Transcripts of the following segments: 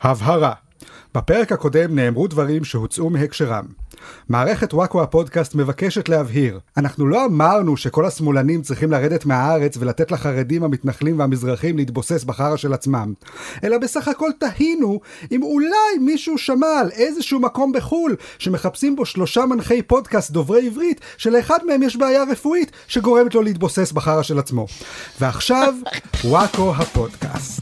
הבהרה. בפרק הקודם נאמרו דברים שהוצאו מהקשרם. מערכת וואקו הפודקאסט מבקשת להבהיר. אנחנו לא אמרנו שכל השמאלנים צריכים לרדת מהארץ ולתת לחרדים המתנחלים והמזרחים להתבוסס בחרה של עצמם. אלא בסך הכל תהינו אם אולי מישהו שמע על איזשהו מקום בחול שמחפשים בו 3 מנחי פודקאסט דוברי עברית שלאחד מהם יש בעיה רפואית שגורמת לו להתבוסס בחרה של עצמו. ועכשיו וואקו הפודקאסט.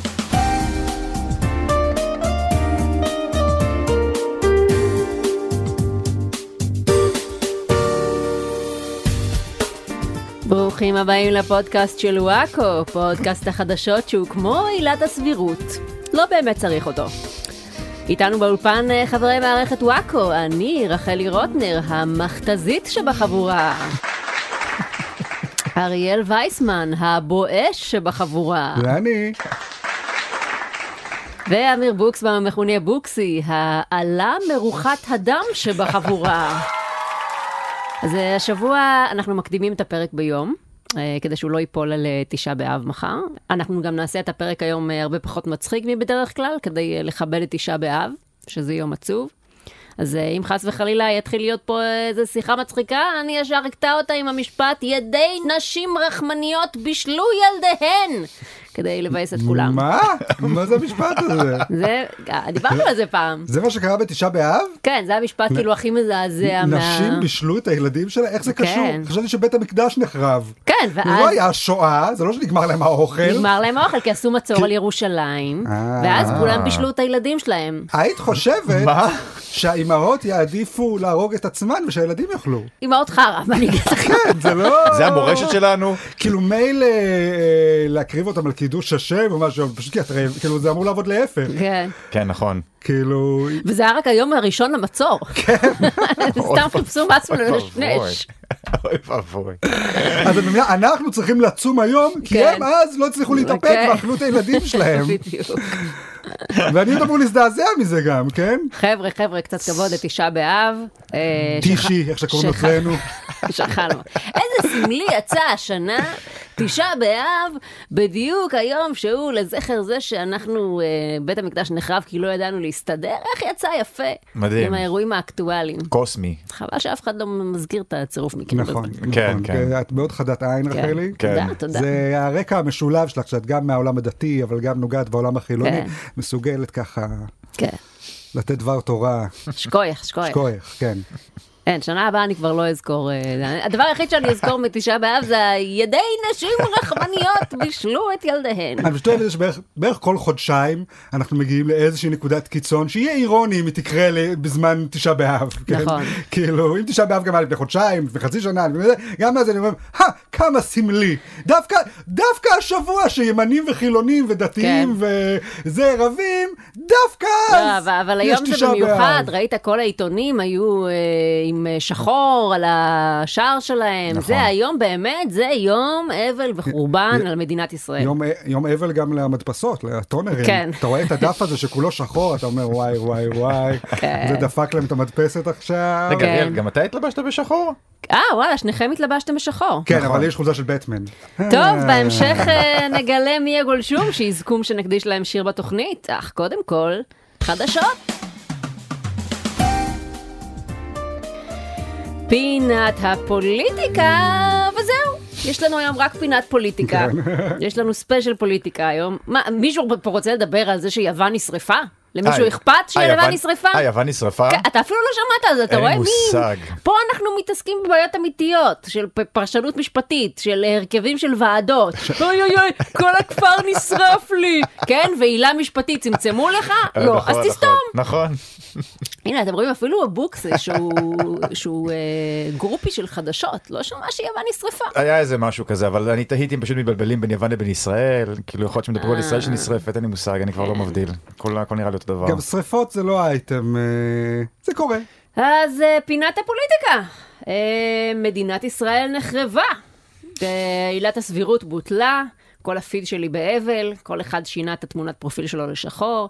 ברוכים הבאים לפודקאסט של וואקו, פודקאסט החדשות שהוא כמו עילת הסבירות. לא באמת צריך אותו. איתנו באולפן חברי מערכת וואקו, אני רחלי רוטנר, המכתזית שבחבורה. אריאל וייסמן, הבואש שבחבורה. ואני. ואמיר בוקסבאום, המכונה בוקסי, העלה מרוחת הדם שבחבורה. אז השבוע אנחנו מקדימים את הפרק ביום, כדי שהוא לא ייפול על 9 באב מחר. אנחנו גם נעשה את הפרק היום הרבה פחות מצחיק מבדרך כלל, כדי לכבד את 9 באב, שזה יום עצוב. אז אם חס וחלילה יתחיל להיות פה איזו שיחה מצחיקה, אני ישר אקטע אותה עם המשפט, ידי נשים רחמניות בישלו ילדיהן, כדי לבייס את כולם. מה? מה זה המשפט הזה? דיברנו על זה פעם. זה מה שקרה ב9 באב? כן, זה המשפט כאילו הכי מזעזע. נשים בישלו את הילדים שלה? איך זה קשור? חשבתי שבית המקדש נחרב. כן, ואז... לא היה שואה, זה לא שנגמר להם האוכל. נגמר להם האוכל, כי עשו מצור על ירושלים, ואז כולם בישלו את הילדים שלהם. היית חושבת שהאימהות יעדיפו להרוג את עצמן ושהילדים יאכלו. אימהות חרא, מה אני אגיד לך? כן, זה לא... זה המורשת שלנו. כאילו מייל להקריב אותם על קידוש השם או משהו, פשוט כאילו זה אמור לעבוד להפך. כן. כן, נכון. כאילו... וזה היה רק היום הראשון למצור. כן. סתם חיפשו משהו לנשנש. אוי ואבוי. אז אנחנו צריכים לצום היום, כי הם אז לא הצליחו להתאפק ואכלו את הילדים שלהם. בדיוק. ואני אמור להזדעזע מזה גם, כן? חבר'ה, קצת כבוד ל9 באב. טישי, איך שקוראים אצלנו. שכחנו. איזה סמלי יצא השנה, 9 באב, בדיוק היום שהוא לזכר זה שאנחנו, בית המקדש נחרב כי לא ידענו להסתדר, איך יצא יפה. מדהים. עם האירועים האקטואליים. קוסמי. חבל שאף אחד לא מזכיר את הצירוף מקרה. נכון, כן. את מאוד חדת עין, רחלי. תודה. זה הרקע המשולב שלך, שאת גם מהעולם הדתי, אבל גם נוגעת בעולם החילוני, מסוגלת ככה לתת דבר תורה. שכוייך. שכוייך, כן. אין, שנה הבאה אני כבר לא אזכור. הדבר היחיד שאני אזכור מ9 באב זה ידי נשים רחמניות בישלו את ילדיהן. אני חושב שבערך כל חודשיים אנחנו מגיעים לאיזושהי נקודת קיצון, שיהיה אירוני אם היא תקרה בזמן 9 באב. נכון. כאילו, אם 9 באב גם היה לפני חודשיים, לפני חצי שנה, גם אז אני אומר, כמה סמלי. דווקא השבוע שימנים וחילונים ודתיים וזה רבים, דווקא אז אבל היום זה במיוחד, ראית כל העיתונים היו... עם שחור על השער שלהם. נכון. זה היום באמת, זה יום אבל וחורבן על מדינת ישראל. יום אבל גם למדפסות, לטונרים. כן. אתה רואה את הדף הזה שכולו שחור, אתה אומר וואי, כן. זה דפק להם את המדפסת עכשיו. רגע, אריאל, גם אתה התלבשת בשחור? וואלה, שניכם התלבשתם בשחור. כן, אבל יש חולצה של בטמן. טוב, בהמשך נגלה מי הגולשום, שיזכום שנקדיש להם שיר בתוכנית. אך קודם כל, חדשות. פינת הפוליטיקה, וזהו. יש לנו היום רק פינת פוליטיקה. יש לנו ספיישל פוליטיקה היום. מה, מישהו פה רוצה לדבר על זה שיוון נשרפה? למישהו אכפת שיוון נשרפה? יוון נשרפה? אתה אפילו לא שמעת על זה, אתה רואה? אין לי מושג. פה אנחנו מתעסקים בבעיות אמיתיות, של פרשנות משפטית, של הרכבים של ועדות. אוי, כל הכפר נשרף לי. כן, ועילה משפטית, צמצמו לך? לא, אז תסתום. נכון. הנה, אתם רואים אפילו הבוקס, שהוא גרופי של חדשות, לא שמע שיוון נשרפה. היה איזה משהו כזה, אבל אני תהיתי, פשוט מתבלבלים בין יוון לבין ישראל, כאילו יכול להיות שמדברו על ישראל שנשרפת, אין לי מושג, אני כבר לא מבדיל. הכל נראה לי אותו דבר. גם שריפות זה לא אייטם, זה קורה. אז פינת הפוליטיקה. מדינת ישראל נחרבה. עילת הסבירות בוטלה, כל הפיד שלי באבל, כל אחד שינה את התמונת פרופיל שלו לשחור.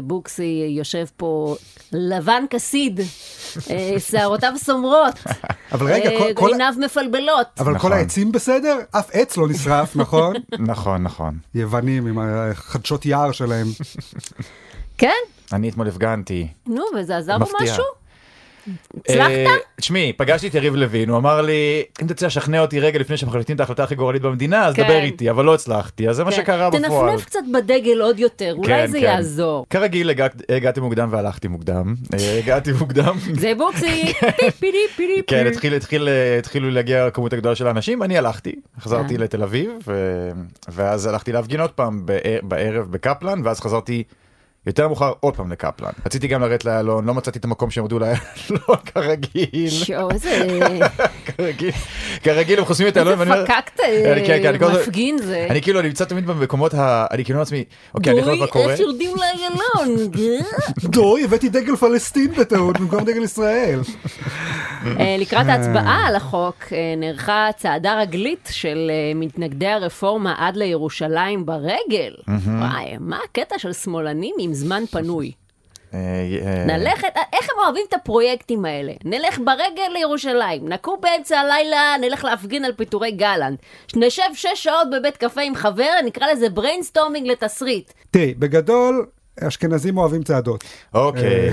בוקסי יושב פה לבן כסיד, שערותיו סומרות. אבל רגע, עיניו מפלבלות. אבל כל העצים בסדר? אף עץ לא נשרף, נכון? נכון, נכון. יוונים עם החדשות יער שלהם. כן? אני אתמול הפגנתי. נו, וזה עזר בו מפתיע. משהו? הצלחת? תשמעי, פגשתי את יריב לוין, הוא אמר לי, אם תצא לשכנע אותי רגע לפני שמחליטים את ההחלטה הכי גורלית במדינה, אז דבר איתי, אבל לא הצלחתי, אז זה מה שקרה בפועל. תנפנף קצת בדגל עוד יותר, אולי זה יעזור. כרגיל הגעתי מוקדם והלכתי מוקדם, הגעתי מוקדם. זה בוקסי, פידי פידי. כן, התחילו להגיע כמות הגדולה של האנשים, אני הלכתי, חזרתי לתל אביב, ואז הלכתי להפגין עוד פעם בערב בקפלן, ואז חזרתי יותר מאוחר עוד פעם לקפלן. רציתי גם לרדת לאלון, לא מצאתי את המקום שהם עמדו לאלון כרגיל. שואו, איזה... כרגיל הם חוסמים את האלון. איזה פקקת מפגין זה. אני כאילו נמצא תמיד במקומות, אני כאילו לעצמי, אוקיי, אני יכול מה קורה. דוי, איך יורדים לאלון? דוי, הבאתי דגל פלסטין בטעות במקום דגל ישראל. לקראת ההצבעה על החוק נערכה צעדה רגלית של מתנגדי הרפורמה עד לירושלים ברגל. וואי, מה הקטע של שמאלנים עם זמן פנוי? נלכת, איך הם אוהבים את הפרויקטים האלה? נלך ברגל לירושלים, נקום באמצע הלילה, נלך להפגין על פיטורי גלנט. נשב 6 שעות בבית קפה עם חבר, נקרא לזה בריינסטורמינג לתסריט. תראי, בגדול, אשכנזים אוהבים צעדות. אוקיי.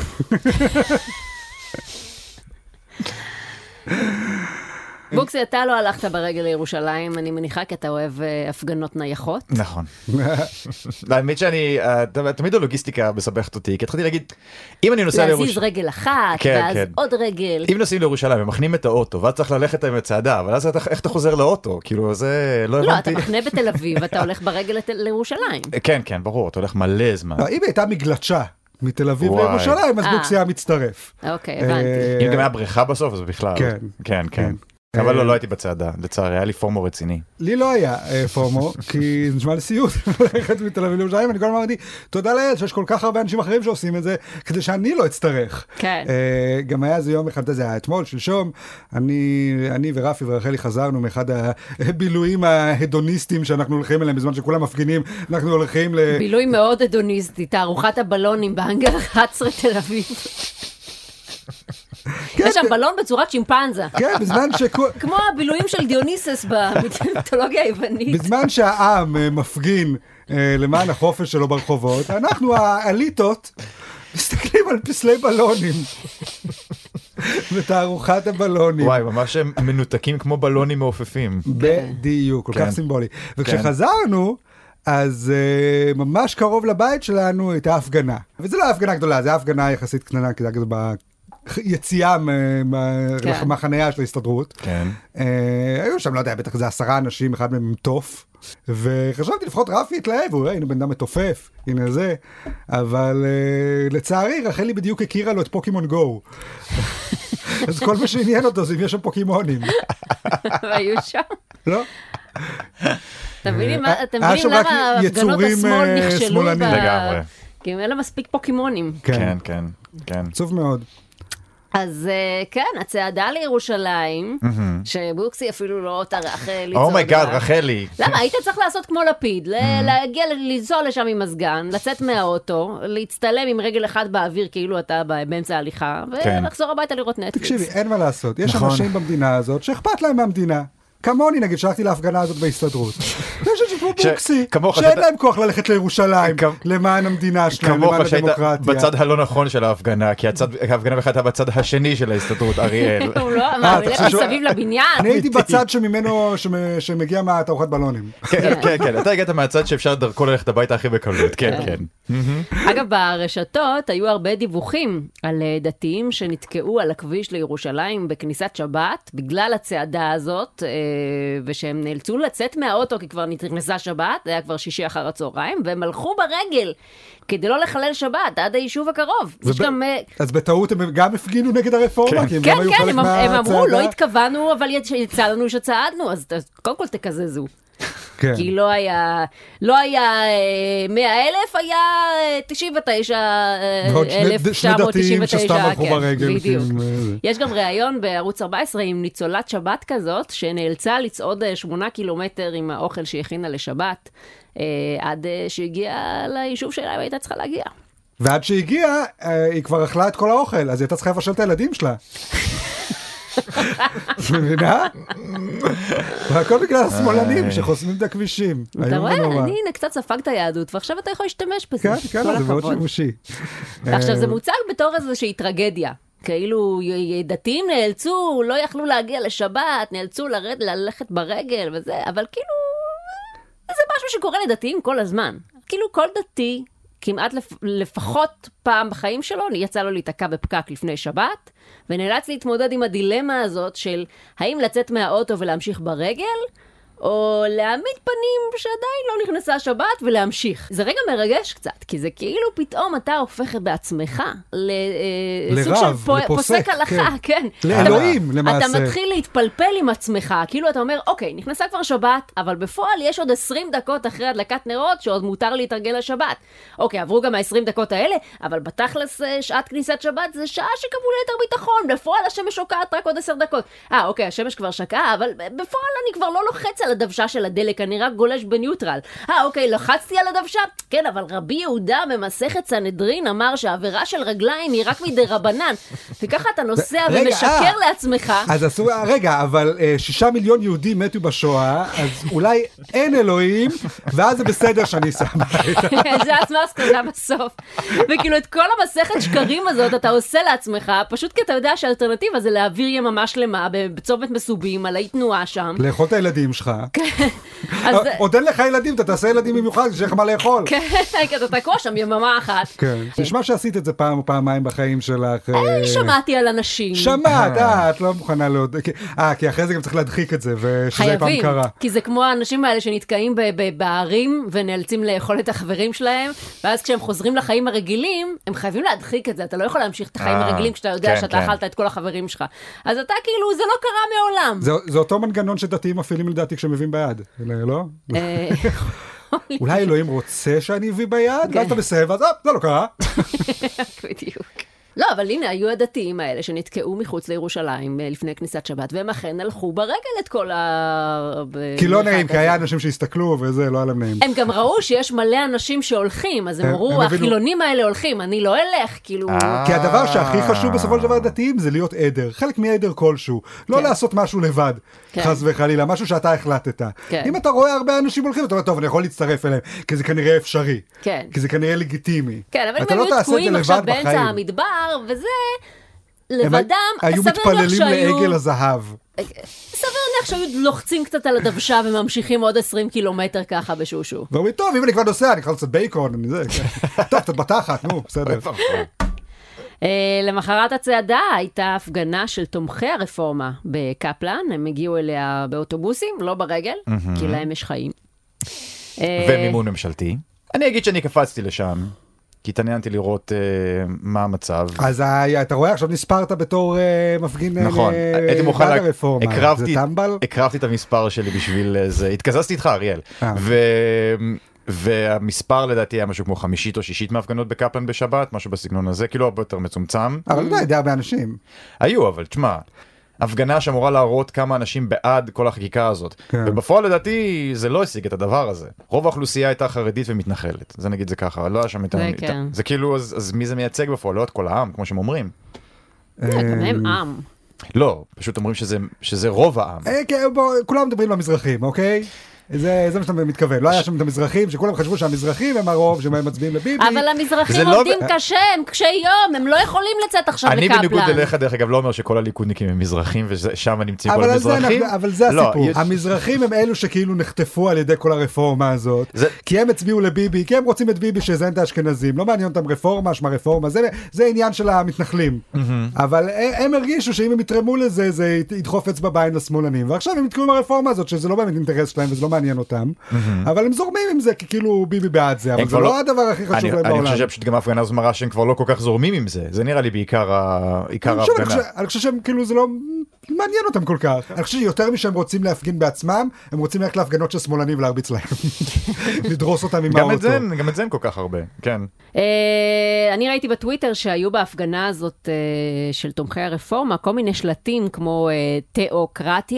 בוקסי, אתה לא הלכת ברגל לירושלים, אני מניחה כי אתה אוהב הפגנות נייחות. נכון. האמת שאני, תמיד הלוגיסטיקה מסבכת אותי, כי התחלתי להגיד, אם אני נוסע לירושלים... להזיז רגל אחת, ואז עוד רגל. אם נוסעים לירושלים, הם מכנים את האוטו, ואז צריך ללכת עם הצעדה, אבל אז איך אתה חוזר לאוטו? כאילו, זה לא הבנתי. לא, אתה מכנה בתל אביב, ואתה הולך ברגל לירושלים. כן, כן, ברור, אתה הולך מלא זמן. אם הייתה מגלשה מתל אביב לירושלים, אז בוקסי היה מצטרף. אוקיי, הבנתי. אם גם היה בריכה בסוף, אז בכלל. כן. כן, כן. אבל לא הייתי בצעדה, לצערי, היה לי פורמו רציני. לי לא היה פורמו, כי זה נשמע לסיוט, ללכת מתל אביב לירושלים, אני כל הזמן אמרתי, תודה לאל שיש כל כך הרבה אנשים אחרים שעושים את זה, כדי שאני לא אצטרך. כן. גם היה איזה יום אחד, זה היה אתמול, שלשום, אני ורפי ורחלי חזרנו מאחד הבילויים ההדוניסטיים שאנחנו הולכים אליהם, בזמן שכולם מפגינים, אנחנו הולכים בילוי מאוד הדוניסטי, תערוכת הבלונים באנגר 11 תל אביב. יש שם בלון בצורת שימפנזה. כן, בזמן כמו הבילויים של דיוניסס במיתולוגיה היוונית. בזמן שהעם מפגין למען החופש שלו ברחובות, אנחנו האליטות מסתכלים על פסלי בלונים. בתערוכת הבלונים. וואי, ממש הם מנותקים כמו בלונים מעופפים. בדיוק, כל כך סימבולי. וכשחזרנו, אז ממש קרוב לבית שלנו הייתה הפגנה. וזה לא הפגנה גדולה, זה הפגנה יחסית קטנה, כי זה כזה ביציאה מהחניה של ההסתדרות. כן. היו שם, לא יודע, בטח זה 10 אנשים, אחד מהם עם תוף, וחשבתי לפחות רפי התלהב, הוא הנה בן אדם מתופף, הנה זה, אבל לצערי רחלי בדיוק הכירה לו את פוקימון גו. אז כל מה שעניין אותו זה אם יש שם פוקימונים. והיו שם? לא. אתם מבינים למה הפגנות השמאל נכשלו לגמרי. כי הם אלה מספיק פוקימונים. כן, כן, כן. עצוב מאוד. אז כן, הצעדה לירושלים, שבוקסי אפילו לא טרח לצעוד. אומייגאד, רחלי. למה? היית צריך לעשות כמו לפיד, להגיע, לנסוע לשם עם מזגן, לצאת מהאוטו, להצטלם עם רגל אחד באוויר כאילו אתה באמצע ההליכה, ולחזור הביתה לראות נטפליקס. תקשיבי, אין מה לעשות. יש אנשים במדינה הזאת שאכפת להם מהמדינה. כמוני נגיד, שלחתי להפגנה הזאת בהסתדרות. יש אנשים כמו בוקסי, שאין להם כוח ללכת לירושלים, למען המדינה שלהם, למען הדמוקרטיה. בצד הלא נכון של ההפגנה, כי ההפגנה בכלל הייתה בצד השני של ההסתדרות, אריאל. הוא לא אמר, הוא ילך מסביב לבניין. אני הייתי בצד שממנו, שמגיע מהתערוכת בלונים. כן, כן, אתה הגעת מהצד שאפשר דרכו ללכת הביתה הכי בקלות, כן, כן. אגב, ברשתות היו הרבה דיווחים על דתיים שנתקעו על הכביש לירושלים בכניסת שבת, בגלל הצעדה הזאת, ושהם נאלצו לצאת מהאוטו כי כבר נכנסה שבת, זה היה כבר 6 אחר הצהריים, והם הלכו ברגל כדי לא לחלל שבת עד היישוב הקרוב. אז בטעות הם גם הפגינו נגד הרפורמה? כן, כן, הם אמרו, לא התכוונו, אבל יצא לנו שצעדנו, אז קודם כל תקזזו. כי לא היה 100,000, היה 99,999. בדיוק. יש גם ראיון בערוץ 14 עם ניצולת שבת כזאת, שנאלצה לצעוד 8 קילומטר עם האוכל שהכינה לשבת, עד שהגיעה ליישוב שלה והייתה צריכה להגיע. ועד שהגיעה, היא כבר אכלה את כל האוכל, אז היא הייתה צריכה לפשל את הילדים שלה. מבינה? והכל בגלל השמאלנים שחוסמים את הכבישים. אתה רואה, הנה קצת ספגת היהדות, ועכשיו אתה יכול להשתמש בזה. כן, זה מאוד שימושי. עכשיו, זה מוצג בתור איזושהי טרגדיה. כאילו דתיים נאלצו, לא יכלו להגיע לשבת, נאלצו ללכת ברגל וזה, אבל כאילו, זה משהו שקורה לדתיים כל הזמן. כאילו כל דתי, כמעט לפחות פעם בחיים שלו, יצא לו להיתקע בפקק לפני שבת, ונאלץ להתמודד עם הדילמה הזאת של האם לצאת מהאוטו ולהמשיך ברגל, או להעמיד פנים שעדיין לא נכנסה השבת ולהמשיך. זה רגע מרגש קצת, כי זה כאילו פתאום אתה הופך בעצמך לסוג של פוסק הלכה, כן. לאלוהים, למעשה. אתה מתחיל להתפלפל עם עצמך, כאילו אתה אומר, אוקיי, נכנסה כבר שבת, אבל בפועל יש עוד 20 דקות אחרי הדלקת נרות שעוד מותר להתרגל לשבת. אוקיי, עברו גם ה-20 דקות האלה, אבל בתכלס שעת כניסת שבת זה שעה שקבעו ליתר ביטחון, בפועל השמש שוקעת רק עוד 10 דקות. אוקיי, השמש כבר שקעה, אבל בפועל אני כבר לא לוחץ על הדוושה של הדלק, אני רק גולש בניוטרל. אוקיי, לחצתי על הדוושה? כן, אבל רבי יהודה במסכת סנהדרין אמר שהעבירה של רגליים היא רק מדי רבנן. וככה אתה נוסע ומשקר לעצמך. אז אסור, רגע, אבל 6 מיליון יהודים מתו בשואה, אז אולי אין אלוהים, ואז זה בסדר שאני שם. זה עצמאס כזה בסוף. וכאילו את כל המסכת שקרים הזאת אתה עושה לעצמך, פשוט כי אתה יודע שהאלטרנטיבה זה להעביר יממה שלמה בצומת מסובים, על התנועה שם. לאכול את הילדים שלך. עוד אין לך ילדים, אתה תעשה ילדים במיוחד, יש לך מה לאכול. כן, כי אתה תקוע שם יממה אחת. כן, נשמע שעשית את זה פעם או פעמיים בחיים שלך. שמעתי על אנשים. שמעת, את לא מוכנה לעוד. כי אחרי זה גם צריך להדחיק את זה, ושזה פעם קרה. חייבים, כי זה כמו האנשים האלה שנתקעים בערים, ונאלצים לאכול את החברים שלהם, ואז כשהם חוזרים לחיים הרגילים, הם חייבים להדחיק את זה, אתה לא יכול להמשיך את החיים הרגילים, כשאתה יודע שאתה אכלת את כל החברים שלך. אז אתה כאילו, זה לא קרה מעולם. זה אותו מנגנון שדתיים מפעילים לדעתי כשמביאים ביד, לא? אולי אלוהים רוצה שאני אביא ביד? ואז אתה מסיים, ואז זה לא קרה. בדיוק. לא, אבל הנה, היו הדתיים האלה שנתקעו מחוץ לירושלים לפני כניסת שבת, והם אכן הלכו ברגל את כל כי לא נעים, כי היה אנשים שהסתכלו, וזה לא היה להם נעים. הם גם ראו שיש מלא אנשים שהולכים, אז הם אמרו, החילונים האלה הולכים, אני לא אלך, כאילו... כי הדבר שהכי חשוב בסופו של דבר דתיים זה להיות עדר, חלק מעדר כלשהו, לא לעשות משהו לבד, חס וחלילה, משהו שאתה החלטת. אם אתה רואה הרבה אנשים הולכים, אתה אומר, טוב, אני יכול להצטרף אליהם, כי זה כנראה אפשרי, כי זה כנראה לגיטימי. כן, אבל אם היו תקועים עכשיו באמצע המדבר, וזה, לבדם, היו מתפללים לעגל הזהב. סביר נניח שהיו לוחצים קצת על הדוושה וממשיכים עוד 20 קילומטר ככה בשושו. ואומרים, טוב, אם אני כבר נוסע, אני אוכל קצת בייקון, טוב, קצת בתחת, נו, בסדר. למחרת הצעדה הייתה הפגנה של תומכי הרפורמה בקפלן, הם הגיעו אליה באוטובוסים, לא ברגל, כי להם יש חיים. ומימון ממשלתי. אני אגיד שאני קפצתי לשם. כי התעניינתי לראות מה המצב. אז אתה רואה, עכשיו נספרת בתור מפגין נכון, הייתי מוכן הרפורמה. זה טמבל? הקרבתי את המספר שלי בשביל זה. התקזזתי איתך, אריאל. והמספר לדעתי היה משהו כמו 5 או 6 מהפגנות בקפלן בשבת, משהו בסגנון הזה, כאילו הרבה יותר מצומצם. אבל לא יודע הרבה אנשים. היו, אבל תשמע, הפגנה שאמורה להראות כמה אנשים בעד כל החקיקה הזאת. ובפועל לדעתי זה לא השיג את הדבר הזה. רוב האוכלוסייה הייתה חרדית ומתנחלת. זה נגיד זה ככה, לא היה שם זה כאילו, אז מי זה מייצג בפועל? לא את כל העם, כמו שהם אומרים. גם הם עם. לא, פשוט אומרים שזה רוב העם. כולם מדברים למזרחים, אוקיי? זה מה שאתה מתכוון, לא היה שם את המזרחים, שכולם חשבו שהמזרחים הם הרוב, שהם מצביעים לביבי. אבל המזרחים עובדים קשה, הם קשי יום, הם לא יכולים לצאת עכשיו לקפלן. אני בניגוד אליך, דרך אגב, לא אומר שכל הליכודניקים הם מזרחים, ושם נמצאים כל המזרחים. אבל זה הסיפור. המזרחים הם אלו שכאילו נחטפו על ידי כל הרפורמה הזאת, כי הם הצביעו לביבי, כי הם רוצים את ביבי שזיין את האשכנזים, לא מעניין אותם רפורמה, שמה רפורמה, זה עניין של המתנחלים. אבל הם הרגישו שאם הם יתרמו לזה, זה ידחוף אצבע בעין לשמאלנים. ועכשיו הם יתקעו עם הרפורמה הזאת, שזה לא באמת אינטרס שלהם וזה לא מעניין אותם, אבל הם זורמים עם זה, כי כאילו ביבי בעד זה, אבל זה לא הדבר הכי חשוב להם בעולם. אני חושב שפשוט גם ההפגנה הזו מראה שהם כבר לא כל כך זורמים עם זה, זה נראה לי בעיקר ההפגנה. אני חושב שהם כאילו זה לא מעניין אותם כל כך, אני חושב שיותר משהם רוצים להפגין בעצמם, הם רוצים ללכת להפגנות של שמאלנים ולהרביץ להם, לדרוס אותם עם האוטו. גם את זה אין כל כך הרבה, כן. אני ראיתי בטוויטר שהיו בהפגנה הזאת של תומכי הרפורמה, כל מיני שלטים כמו תיאוקרטיה,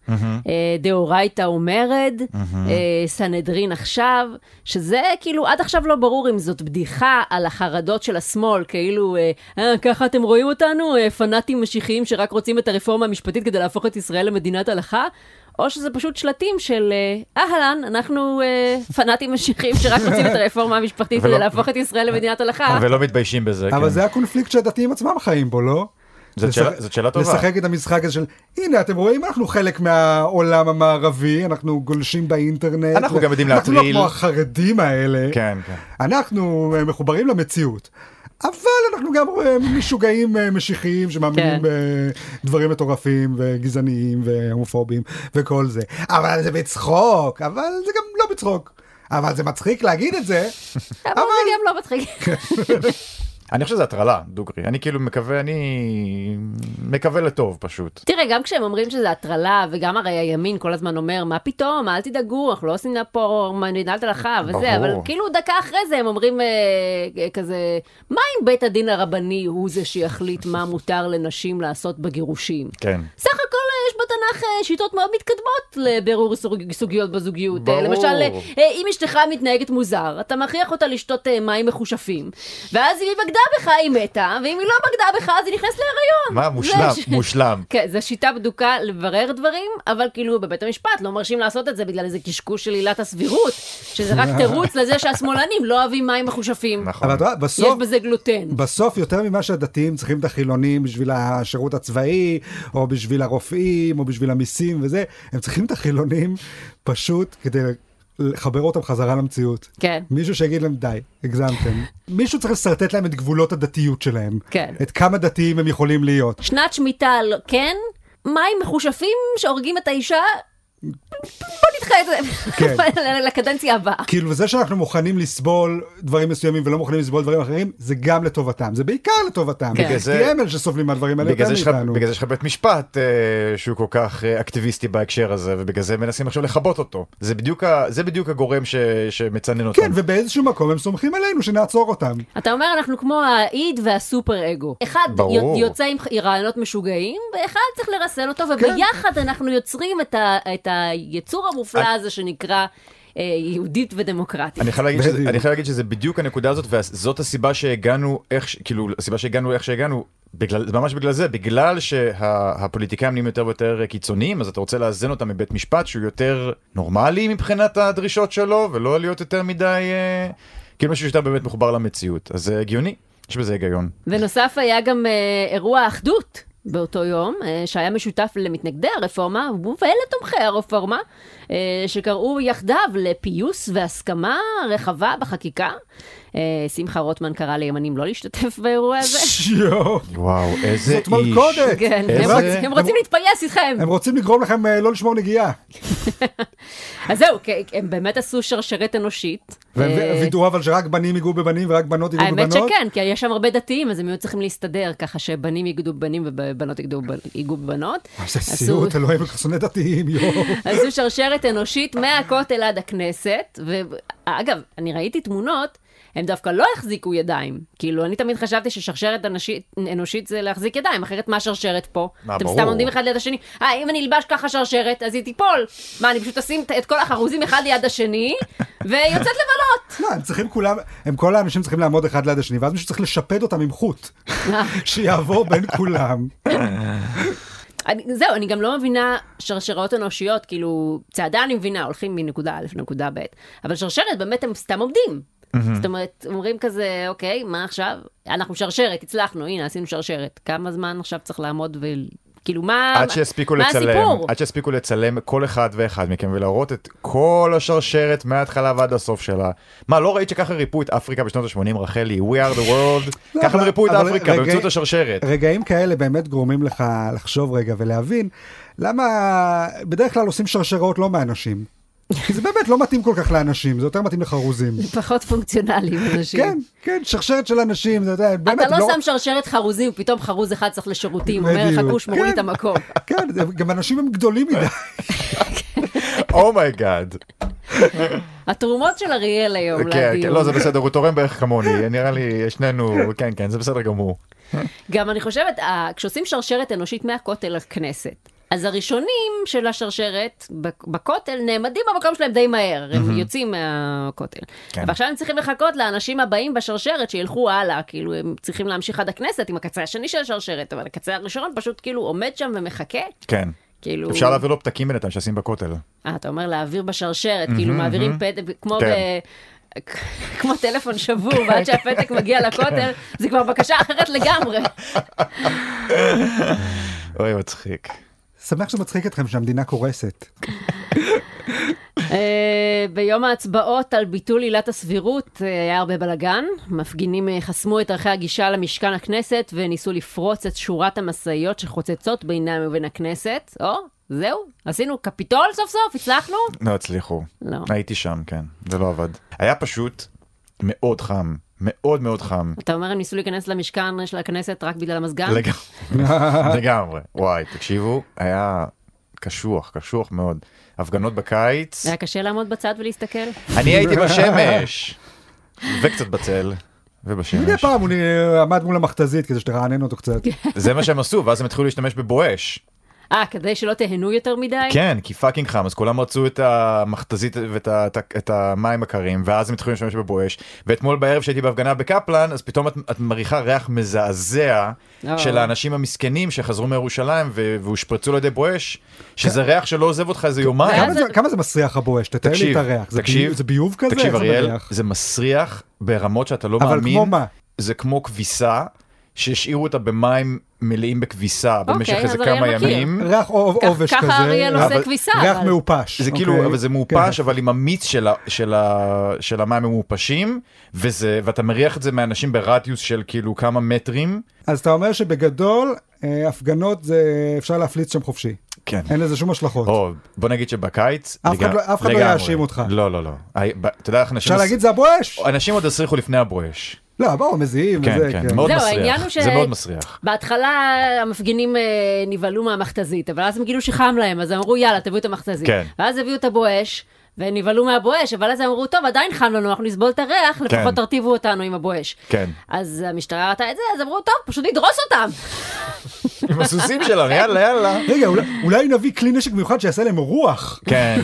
דאורייתא ומרד, סנהדרין עכשיו, שזה כאילו עד עכשיו לא ברור אם זאת בדיחה על החרדות של השמאל, כאילו, ככה אתם רואים אותנו, פנאטים משיחיים שרק רוצים את הרפורמה המשפטית כדי להפוך את ישראל למדינת הלכה, או שזה פשוט שלטים של, אהלן, אנחנו פנאטים משיחיים שרק רוצים את הרפורמה המשפטית כדי להפוך את ישראל למדינת הלכה. ולא מתביישים בזה. אבל זה הקונפליקט שהדתיים עצמם חיים בו, לא? זאת שאלה טובה. לשחק את המשחק הזה של, הנה, אתם רואים, אנחנו חלק מהעולם המערבי, אנחנו גולשים באינטרנט. אנחנו גם יודעים להטריל. אנחנו לא כמו החרדים האלה. כן, כן. אנחנו מחוברים למציאות. אבל אנחנו גם משוגעים משיחיים שמאמינים בדברים מטורפים וגזעניים והומופוביים וכל זה. אבל זה בצחוק, אבל זה גם לא בצחוק. אבל זה מצחיק להגיד את זה. אבל זה גם לא מצחיק. אני חושב שזה הטרלה, דוגרי. אני כאילו מקווה לטוב פשוט. תראה, גם כשהם אומרים שזה הטרלה, וגם הרי הימין כל הזמן אומר, מה פתאום, אל תדאגו, אנחנו לא עושים פה מדינת הלכה וזה, אבל כאילו דקה אחרי זה הם אומרים כזה, מה אם בית הדין הרבני הוא זה שיחליט מה מותר לנשים לעשות בגירושים? כן. סך הכל יש בתנ"ך שיטות מאוד מתקדמות לבירור סוגיות בזוגיות. ברור. למשל, אם אשתך מתנהגת מוזר, אתה מכריח אותה לשתות מים מחושפים, ואז היא בגדה בך, היא מתה, ואם היא לא בגדה בך, אז היא נכנסת להיריון. מה? מושלם. כן, זו שיטה בדוקה לברר דברים, אבל כאילו בבית המשפט לא מרשים לעשות את זה בגלל איזה קשקוש של עילת הסבירות, שזה רק תירוץ לזה שהשמאלנים לא אוהבים מים מחושפים. נכון. אבל בסוף, יש בזה גלוטן. בסוף, יותר ממה שהדתיים צריכים את החילונים בשביל השירות הצבאי, או בשביל הרופאים, או בשביל המיסים וזה, הם צריכים את החילונים פשוט כדי לחבר אותם חזרה למציאות. כן. מישהו שיגיד להם, די, הגזמתם. מישהו צריך לסרטט להם את גבולות הדתיות שלהם. כן. את כמה דתיים הם יכולים להיות. שנת שמיטה, כן? מים מחושפים שהורגים את האישה? בוא נדחה את זה לקדנציה הבאה. כאילו, וזה שאנחנו מוכנים לסבול דברים מסוימים ולא מוכנים לסבול דברים אחרים, זה גם לטובתם. זה בעיקר לטובתם. כי הם אלה שסובלים מהדברים האלה יותר מאיתנו. בגלל זה יש לך בית משפט שהוא כל כך אקטיביסטי בהקשר הזה, ובגלל זה מנסים עכשיו לחבות אותו. זה בדיוק הגורם שמצנן אותם. כן, ובאיזשהו מקום הם סומכים עלינו שנעצור אותם. אתה אומר, אנחנו כמו האיד והסופר אגו. אחד יוצא עם רעיונות משוגעים, ואחד צריך לרסן אותו, וביחד אנחנו יוצרים את היצור המופלא הזה שנקרא יהודית ודמוקרטית. אני חייב להגיד שזה בדיוק הנקודה הזאת, וזאת הסיבה שהגענו איך שהגענו, ממש בגלל זה, בגלל שהפוליטיקאים נהיים יותר ויותר קיצוניים, אז אתה רוצה לאזן אותם מבית משפט שהוא יותר נורמלי מבחינת הדרישות שלו, ולא להיות יותר מדי, כאילו משהו שאתה באמת מחובר למציאות. אז זה הגיוני, יש בזה היגיון. ונוסף היה גם אירוע אחדות. באותו יום, שהיה משותף למתנגדי הרפורמה ולתומכי הרפורמה, שקראו יחדיו לפיוס והסכמה רחבה בחקיקה. שמחה רוטמן קרא לימנים לא להשתתף באירוע הזה. וואו, איזה איש. זאת מלכודת. הם רוצים להתפייס איתכם. הם רוצים לגרום לכם לא לשמור נגיעה. אז זהו, הם באמת עשו שרשרת אנושית. וידעו אבל שרק בנים ייגעו בבנים ורק בנות ייגעו בבנות? האמת שכן, כי יש שם הרבה דתיים, אז הם היו צריכים להסתדר ככה שבנים ייגעו בבנים ובנות ייגעו בבנות. זה סיוט, אלוהים וחסוני דתיים, עשו שרשרת אנושית מהכותל עד הכנסת, ואגב, אני ראיתי תמונות, הם דווקא לא החזיקו ידיים. כאילו, אני תמיד חשבתי ששרשרת אנושית זה להחזיק ידיים, אחרת מה שרשרת פה? אתם סתם עומדים אחד ליד השני. אם אני אלבש ככה שרשרת, אז היא תיפול. מה, אני פשוט אשים את כל החרוזים אחד ליד השני, ויוצאת לבלות. לא, הם צריכים כולם, כל האנשים צריכים לעמוד אחד ליד השני, ואז מישהו צריך לשפד אותם עם חוט, שיעבור בין כולם. זהו, אני גם לא מבינה שרשרות אנושיות, כאילו, צעדה אני מבינה, הולכים מנקודה א' לנקודה ב', אבל שרשרת באמת הם סתם עומדים. זאת אומרת, אומרים כזה, אוקיי, מה עכשיו? אנחנו שרשרת, הצלחנו, הנה, עשינו שרשרת. כמה זמן עכשיו צריך לעמוד כאילו, מה הסיפור? עד שהספיקו לצלם כל אחד ואחד מכם, ולהראות את כל השרשרת מההתחלה ועד הסוף שלה. מה, לא ראית שככה ריפו את אפריקה בשנות ה-80, רחלי? We are the world. ככה ריפו את אפריקה באמצעות השרשרת. רגעים כאלה באמת גורמים לך לחשוב רגע ולהבין, למה בדרך כלל עושים שרשרות לא מאנשים. כי זה באמת לא מתאים כל כך לאנשים, זה יותר מתאים לחרוזים. זה פחות פונקציונלי מאנשים. כן, כן, שרשרת של אנשים, זה יודע, באמת אתה לא שם שרשרת חרוזים, פתאום חרוז אחד צריך לשירותים, אומר לך כוש מוריד את המקום. כן, גם אנשים הם גדולים מדי. אומייגאד. התרומות של אריאל היום לדיון. לא, זה בסדר, הוא תורם בערך כמוני, נראה לי, שנינו, כן, זה בסדר גמור. גם אני חושבת, כשעושים שרשרת אנושית מהכותל לכנסת, אז הראשונים של השרשרת בכותל נעמדים במקום שלהם די מהר, הם יוצאים מהכותל. ועכשיו הם צריכים לחכות לאנשים הבאים בשרשרת שילכו הלאה, כאילו הם צריכים להמשיך עד הכנסת עם הקצה השני של השרשרת, אבל הקצה הראשון פשוט כאילו עומד שם ומחכה. כן. כאילו... אפשר להעביר לו פתקים בינתיים שעשים בכותל. אתה אומר להעביר בשרשרת, כאילו מעבירים פתק, כמו טלפון שבור, ועד שהפתק מגיע לכותל, זה כבר בקשה אחרת לגמרי. אוי, מצחיק. שמח שמצחיק אתכם שהמדינה קורסת. ביום ההצבעות על ביטול עילת הסבירות היה הרבה בלגן. מפגינים חסמו את ערכי הגישה למשכן הכנסת וניסו לפרוץ את שורת המשאיות שחוצצות בינם ובין הכנסת. זהו, עשינו קפיטול סוף סוף, הצלחנו? לא הצליחו. לא. הייתי שם, כן, זה לא עבד. היה פשוט מאוד חם, מאוד מאוד חם. אתה אומר הם ניסו להיכנס למשכן של הכנסת רק בגלל המזגן? לגמרי. וואי, תקשיבו, היה קשוח מאוד. הפגנות בקיץ. היה קשה לעמוד בצד ולהסתכל? אני הייתי בשמש, וקצת בצל, ובשמש. מדי פעם הוא עמד מול המכתזית כדי שתרענן אותו קצת. זה מה שהם עשו, ואז הם התחילו להשתמש בבואש. כדי שלא תהנו יותר מדי? כן, כי פאקינג חם, אז כולם רצו את המכתזית ואת המים הקרים, ואז הם התחילו להשתמש בבואש. ואתמול בערב שהייתי בהפגנה בקפלן, אז פתאום את מריחה ריח מזעזע של האנשים המסכנים שחזרו מירושלים והושפרצו לידי בואש, שזה ריח שלא עוזב אותך איזה יומיים. כמה זה מסריח הבואש? תתאר לי את הריח. זה ביוב כזה? תקשיב אריאל, זה מסריח ברמות שאתה לא מאמין. אבל כמו מה? זה כמו כביסה שהשאירו אותה במים מלאים בכביסה במשך איזה כמה ימים. ריח עובש כזה. ככה אריאל עושה כביסה. ריח מעופש. זה כאילו, אבל זה מעופש, אבל עם המיץ של המים המעופשים, ואתה מריח את זה מאנשים ברדיוס של כאילו כמה מטרים. אז אתה אומר שבגדול, הפגנות זה אפשר להפליץ שם חופשי. כן. אין לזה שום השלכות. בוא נגיד שבקיץ, אף אחד לא יאשים אותך. לא. אתה יודע איך אנשים... אפשר להגיד זה הבואש? אנשים עוד הסריחו לפני הבואש. לא, באו, מזיעים וזה, כן. מאוד מסריח. זה מאוד מסריח. בהתחלה המפגינים נבהלו מהמכתזית, אבל אז הם גילו שחם להם, אז אמרו יאללה, תביאו את המכתזית. ואז הביאו את הבואש, ונבהלו מהבואש, אבל אז אמרו, טוב, עדיין חם לנו, אנחנו נסבול את הריח, לפחות תרטיבו אותנו עם הבואש. אז המשטרה ראתה את זה, אז אמרו, טוב, פשוט נדרוס אותם. עם הסוסים שלנו, יאללה. רגע, אולי נביא כלי נשק מיוחד שיעשה להם רוח. כן.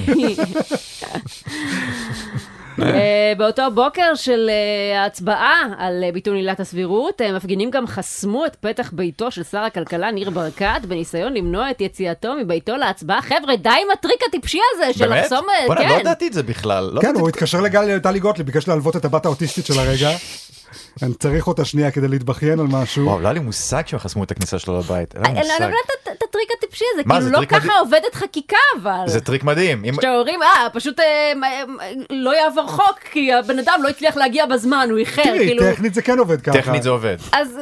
באותו בוקר של ההצבעה על ביטול עילת הסבירות, מפגינים גם חסמו את פתח ביתו של שר הכלכלה ניר ברקת, בניסיון למנוע את יציאתו מביתו להצבעה. חבר'ה, די עם הטריק הטיפשי הזה של לחסום... באמת? לא ידעתי את זה בכלל. כן, הוא התקשר טלי גוטליב, ביקש להלוות את הבת האוטיסטית של הרגע. אני צריך אותה שנייה כדי להתבכיין על משהו. וואו, לא היה לי מושג שחסמו את הכניסה שלו לבית. אני לא יודעת את הטריק הטיפשי הזה, כאילו לא ככה עובדת חקיקה, אבל... זה טריק מדהים. שאומרים, פשוט לא יעבור חוק, כי הבן אדם לא הצליח להגיע בזמן, הוא איחר, כאילו... תראי, טכנית זה כן עובד ככה. טכנית זה עובד.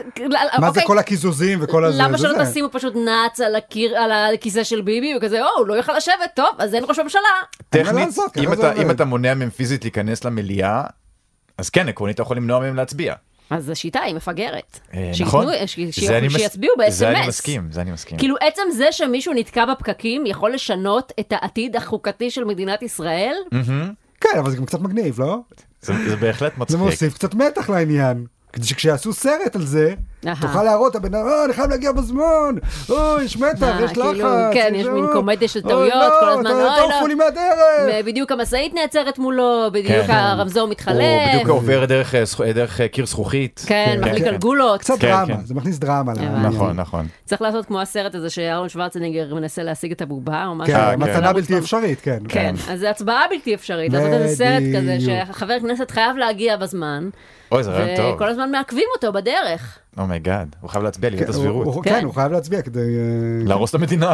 מה זה כל הקיזוזים וכל הזה? למה שלא תשימו פשוט נץ על הכיסא של ביבי, וכזה, הוא לא יוכל לשבת, טוב, אז אין ראש הממשלה. טכנית, אם אתה מונע מהם פיזית להיכנס למליאה, אז כן, עקרונית אתה יכול למנוע מהם להצביע. אז השיטה היא מפגרת. נכון. שיצביעו ב-SMS. זה אני מסכים. כאילו עצם זה שמישהו נתקע בפקקים יכול לשנות את העתיד החוקתי של מדינת ישראל? כן, אבל זה גם קצת מגניב, לא? זה בהחלט מצחיק. זה מוסיף קצת מתח לעניין. כדי שכשיעשו סרט על זה, תוכל להראות, הבן אדם, אני חייב להגיע בזמן, יש מתח, יש לחץ. כן, יש מין קומדיה של טעויות, כל הזמן, תעופו לי מהדרך. בדיוק המשאית נעצרת מולו, בדיוק הרמזור מתחלף. הוא בדיוק עובר דרך קיר זכוכית. כן, מחליק על גולות. קצת דרמה, זה מכניס דרמה. נכון. צריך לעשות כמו הסרט הזה שארון שוורצנגר מנסה להשיג את הבובה, או משהו. כן, מתנה בלתי אפשרית, כן. כן, אז זה הצבעה בלתי אפשרית, לעשות איזה סרט כזה שחבר כנסת חייב להגיע בזמן. אוי, זה רעיון טוב. וכל הזמן מעכבים אותו בדרך. אומייגאד, הוא חייב להצביע לעילת הסבירות. כן, הוא חייב להצביע כדי... להרוס את המדינה.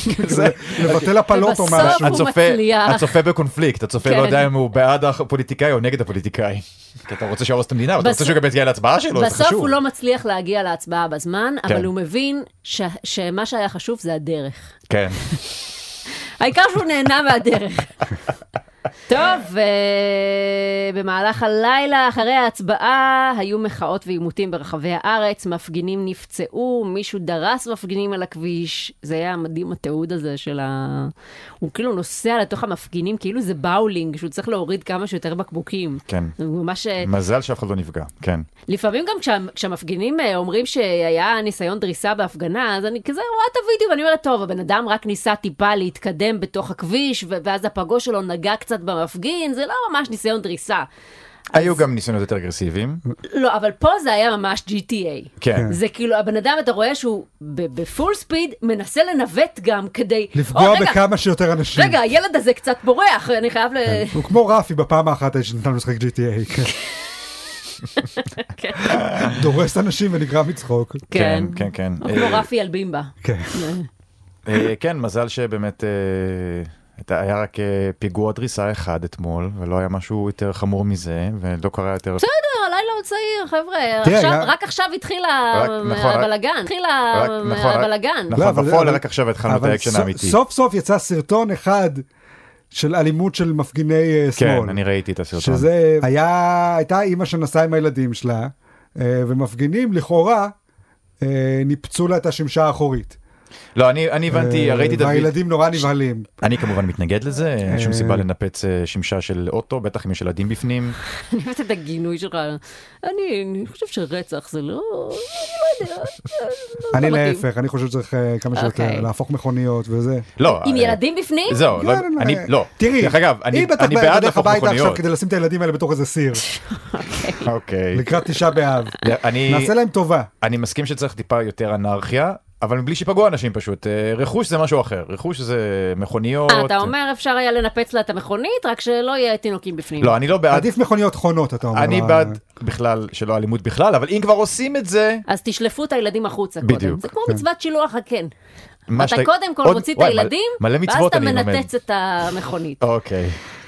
לבטל הפלות או משהו. ובסוף הוא מצליח. הצופה בקונפליקט, הצופה לא יודע אם הוא בעד הפוליטיקאי או נגד הפוליטיקאי. כי אתה רוצה שיהרוס את המדינה, אבל אתה רוצה שהוא גם יגיע להצבעה שלו, זה חשוב. בסוף הוא לא מצליח להגיע להצבעה בזמן, אבל הוא מבין שמה שהיה חשוב זה הדרך. כן. העיקר שהוא נהנה מהדרך. טוב, במהלך הלילה אחרי ההצבעה היו מחאות ועימותים ברחבי הארץ, מפגינים נפצעו, מישהו דרס מפגינים על הכביש, זה היה מדהים התיעוד הזה הוא כאילו נוסע לתוך המפגינים, כאילו זה באולינג, שהוא צריך להוריד כמה שיותר בקבוקים. כן. ממש... מזל שאף אחד לא נפגע, כן. לפעמים גם כשהמפגינים אומרים שהיה ניסיון דריסה בהפגנה, אז אני כזה רואה את הוידאו ואני אומרת, טוב, הבן אדם רק ניסה טיפה להתקדם בתוך הכביש, ואז הפגוש שלו נגע קצת במפגין, זה לא ממש ניסיון דריסה. היו גם ניסיונות יותר אגרסיביים. לא, אבל פה זה היה ממש GTA. כן. זה כאילו, הבן אדם, אתה רואה שהוא בפול ספיד, מנסה לנווט גם כדי... לפגוע בכמה שיותר אנשים. רגע, הילד הזה קצת בורח, אני חייב הוא כמו רפי בפעם האחת שנתנו לשחק GTA. דורס אנשים ונקרא מצחוק. כן, כן, כן. הוא כמו רפי על בימבה. כן, מזל שבאמת... היה רק פיגוע דריסה אחד אתמול, ולא היה משהו יותר חמור מזה, ולא קרה יותר... בסדר, הלילה עוד צעיר, חבר'ה. רק עכשיו התחיל הבלגן. נכון, בפועל רק עכשיו התחלנו את האקשן האמיתי. סוף סוף יצא סרטון אחד של אלימות של מפגיני שמאל. כן, אני ראיתי את הסרטון. שזה הייתה אימא שנסעה עם הילדים שלה, ומפגינים לכאורה ניפצו לה את השמשה האחורית. לא, אני הבנתי, ראיתי את הוידאו. והילדים נורא נבהלים. אני כמובן מתנגד לזה, אין שום סיבה לנפץ שמשה של אוטו, בטח אם יש ילדים בפנים. אני אוהבת את הגינוי שלך. אני חושב שרצח זה לא יודע. אני להפך, אני חושב שצריך כמה שיותר להפוך מכוניות וזה. לא. עם ילדים בפנים? זהו, לא. תראי, אני אם בעד אתה להפוך הביתה עכשיו מכוניות. כדי לשים את הילדים האלה בתוך איזה סיר. אוקיי. לקראת 9 באב. נעשה להם טובה. אני מסכים שצריך טיפה יותר אנרכיה. אבל מבלי שיפגעו אנשים פשוט, רכוש זה משהו אחר, רכוש זה מכוניות. אתה אומר אפשר היה לנפץ לה את המכונית, רק שלא יהיה תינוקים בפנים. לא, אני לא בעד. עדיף מכוניות חונות, אתה אומר. אני בעד בכלל שלא אלימות בכלל, אבל אם כבר עושים את זה... אז תשלפו את הילדים החוצה בדיוק. קודם. זה כמו מצוות שילוח הקן. אתה שאתה... קודם כל מוציא את הילדים, ואז אתה מנתץ את המכונית. אוקיי.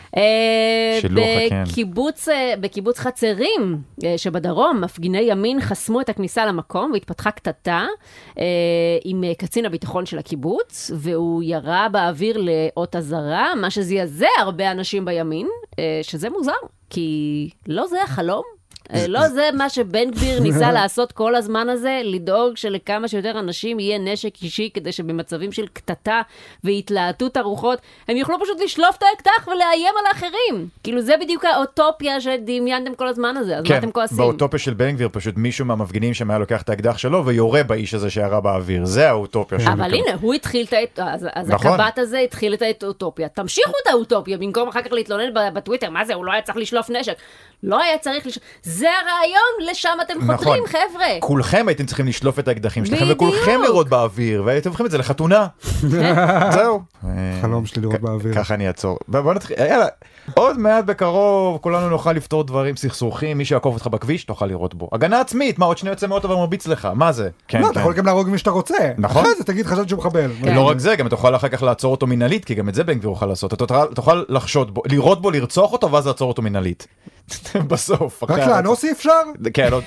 בקיבוץ חצרים שבדרום, מפגיני ימין חסמו את הכניסה למקום והתפתחה קטטה עם קצין הביטחון של הקיבוץ, והוא ירה באוויר לאות אזהרה, מה שזעזע הרבה אנשים בימין, שזה מוזר, כי לא זה החלום. לא זה מה שבן גביר ניסה לעשות כל הזמן הזה, לדאוג שלכמה שיותר אנשים יהיה נשק אישי, כדי שבמצבים של קטטה והתלהטות הרוחות, הם יוכלו פשוט לשלוף את האקדח ולאיים על האחרים. כאילו זה בדיוק האוטופיה שדמיינתם כל הזמן הזה, אז מה אתם כועסים? כן, באוטופיה של בן גביר פשוט מישהו מהמפגינים שם היה לוקח את האקדח שלו ויורה באיש הזה שירה באוויר. זה האוטופיה שלו. אבל הנה, הוא התחיל אז הקב"ט הזה התחיל את האוטופיה. תמשיכו את האוטופיה, במקום אחר כך להתלונן בטוויטר, מה זה, הוא לא היה צריך לשלוף נשק. לא היה צריך זה הרעיון, לשם אתם חותרים, חבר'ה. כולכם הייתם צריכים לשלוף את האקדחים שלכם, וכולכם לראות באוויר, והייתם הופכים את זה לחתונה. זהו. חלום שלי לראות באוויר. ככה אני אעצור. בוא נתחיל, יאללה, עוד מעט בקרוב, כולנו נוכל לפתור דברים, סכסוכים, מי שיעקוף אותך בכביש, תוכל לראות בו. הגנה עצמית, מה, עוד שני יוצא מאוטו ומרביץ לך, מה זה? לא, אתה יכול גם להרוג מי שאתה רוצה. נכון. אחרי זה תגיד חשבת שהוא מחבל. לא רק זה, גם תוכל אחר כך לעצור אותו מנהלית, כי גם את זה בן גביר יוכל לעשות. אתה תוכל לחשוד בו, לראות בו, לרצוח אותו, ואז לעצור אותו מנהלית. בסוף. רק לאנוסי אפשר? כן, עוד.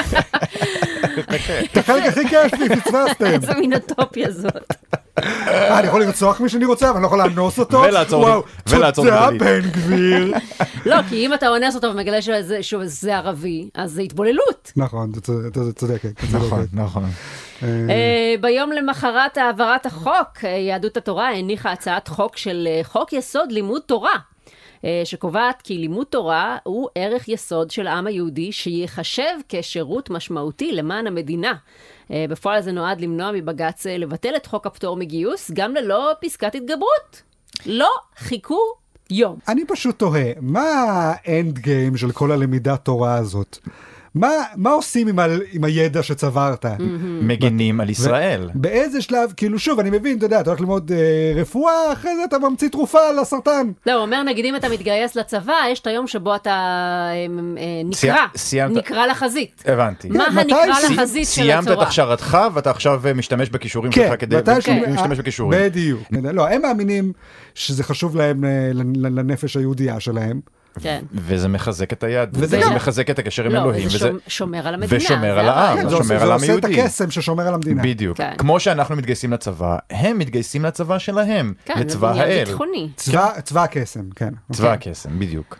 את החלק הכי כיף לי, פצפסתם. איזה מין אוטופיה זאת. אני יכול לרצוח מי שאני רוצה, אבל אני לא יכול לאנוס אותו? ולעצור תודה בן גביר. לא, כי אם אתה אונס אותו ומגלה שזה ערבי, אז זה התבוללות. נכון, אתה צודקת. נכון. ביום למחרת העברת החוק, יהדות התורה הניחה הצעת חוק של חוק יסוד לימוד תורה, שקובעת כי לימוד תורה הוא ערך יסוד של העם היהודי שיחשב כשירות משמעותי למען המדינה. בפועל זה נועד למנוע מבג"ץ לבטל את חוק הפטור מגיוס, גם ללא פסקת התגברות. לא חיכו יום. אני פשוט תוהה, מה האנד גיים של כל הלמידת תורה הזאת? מה עושים עם הידע שצברת? מגינים על ישראל. באיזה שלב, כאילו שוב, אני מבין, אתה יודע, אתה הולך ללמוד רפואה, אחרי זה אתה ממציא תרופה לסרטן. לא, הוא אומר, נגיד אם אתה מתגייס לצבא, יש את היום שבו אתה נקרא לחזית. הבנתי. מה הנקרא לחזית של הצבא? סיימת את הכשרתך, ואתה עכשיו משתמש בכישורים שלך כדי להשתמש בכישורים. בדיוק. לא, הם מאמינים שזה חשוב להם, לנפש היהודייה שלהם. כן. וזה מחזק את היד, וזה וזה גם- מחזק את הקשר עם לא, אלוהים, זה שומר על המדינה. ושומר זה על העם. הרעיון. זה שומר על העם עושה את היהודי. הקסם ששומר על המדינה. בדיוק. כן. כמו שאנחנו מתגייסים לצבא, הם מתגייסים לצבא שלהם, כן, זה לצבא עניין האל. ביטחוני. צבא הקסם, כן. צבא הקסם, בדיוק.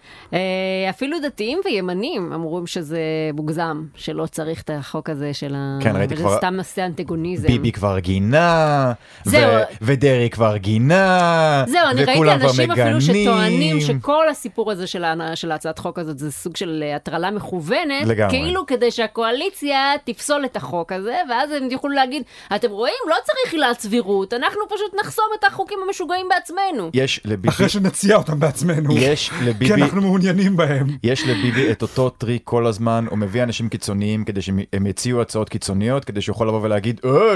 אפילו דתיים וימנים אמרו שזה מוגזם, שלא צריך את החוק הזה של ה... כן, ראיתי וזה כבר- סתם נושא אנטגוניזם. ביבי כבר גינה, זהו. ודרי כבר גינה, זהו, אני ראיתי וכולם כבר אנשים אפילו מגנים. שטוענים שכל הסיפור הזה של הצעת חוק הזאת זה סוג של הטרלה מכוונת, לגמרי. כאילו כדי שהקואליציה תפסול את החוק הזה, ואז הם יוכלו להגיד, אתם רואים, לא צריך עילת סבירות, אנחנו פשוט נחסום את החוקים המשוגעים בעצמנו. יש לביבי, אחרי שנציע אותם בעצמנו. יש כי לביבי, אנחנו מעוניינים בהם. יש לביבי את אותו טריק כל הזמן, הוא מביא אנשים קיצוניים כדי שהם יציעו הצעות קיצוניות, כדי שהוא יכול לבוא ולהגיד,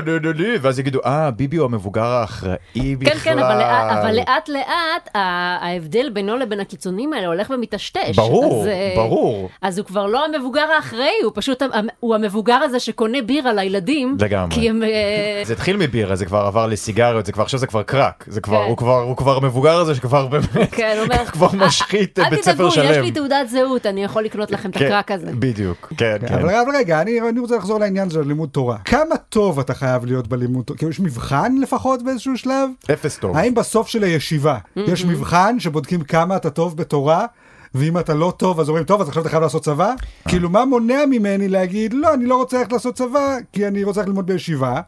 ואז יגידו, ביבי הוא המבוגר האחראי בכלל. כן, כן, אבל לאט לאט ההבדל בינו לבין הקיצונים האלה הולך ומטשטש. ברור, אז, ברור. אז הוא כבר לא המבוגר האחראי, הוא פשוט, הוא המבוגר הזה שקונה בירה לילדים. לגמרי. כי הם... זה התחיל מבירה, זה כבר עבר לסיגריות, עכשיו זה כבר קרק, זה כבר, כן. הוא כבר המבוגר הזה שכבר באמת, כן, הוא אומר, כבר משחית בית ספר שלם. אל תדאגו, יש לי תעודת זהות, אני יכול לקנות לכם את כן, הקרק הזה. בדיוק, כן, כן. אבל רגע, אני רוצה לחזור לעניין של לימוד תורה. כמה טוב אתה חייב להיות בלימוד תורה? כאילו יש מבחן לפחות באיזשהו שלב? אפס טוב. האם בסוף של הישיבה יש מבחן שבודקים כמה אתה טוב בתורה? ואם אתה לא טוב, אז אומרים, טוב, אז עכשיו אתה חייב לעשות צבא? כאילו, מה מונע ממני להגיד, לא, אני לא רוצה ללכת לעשות צבא, כי אני רוצה ללמוד בישיבה,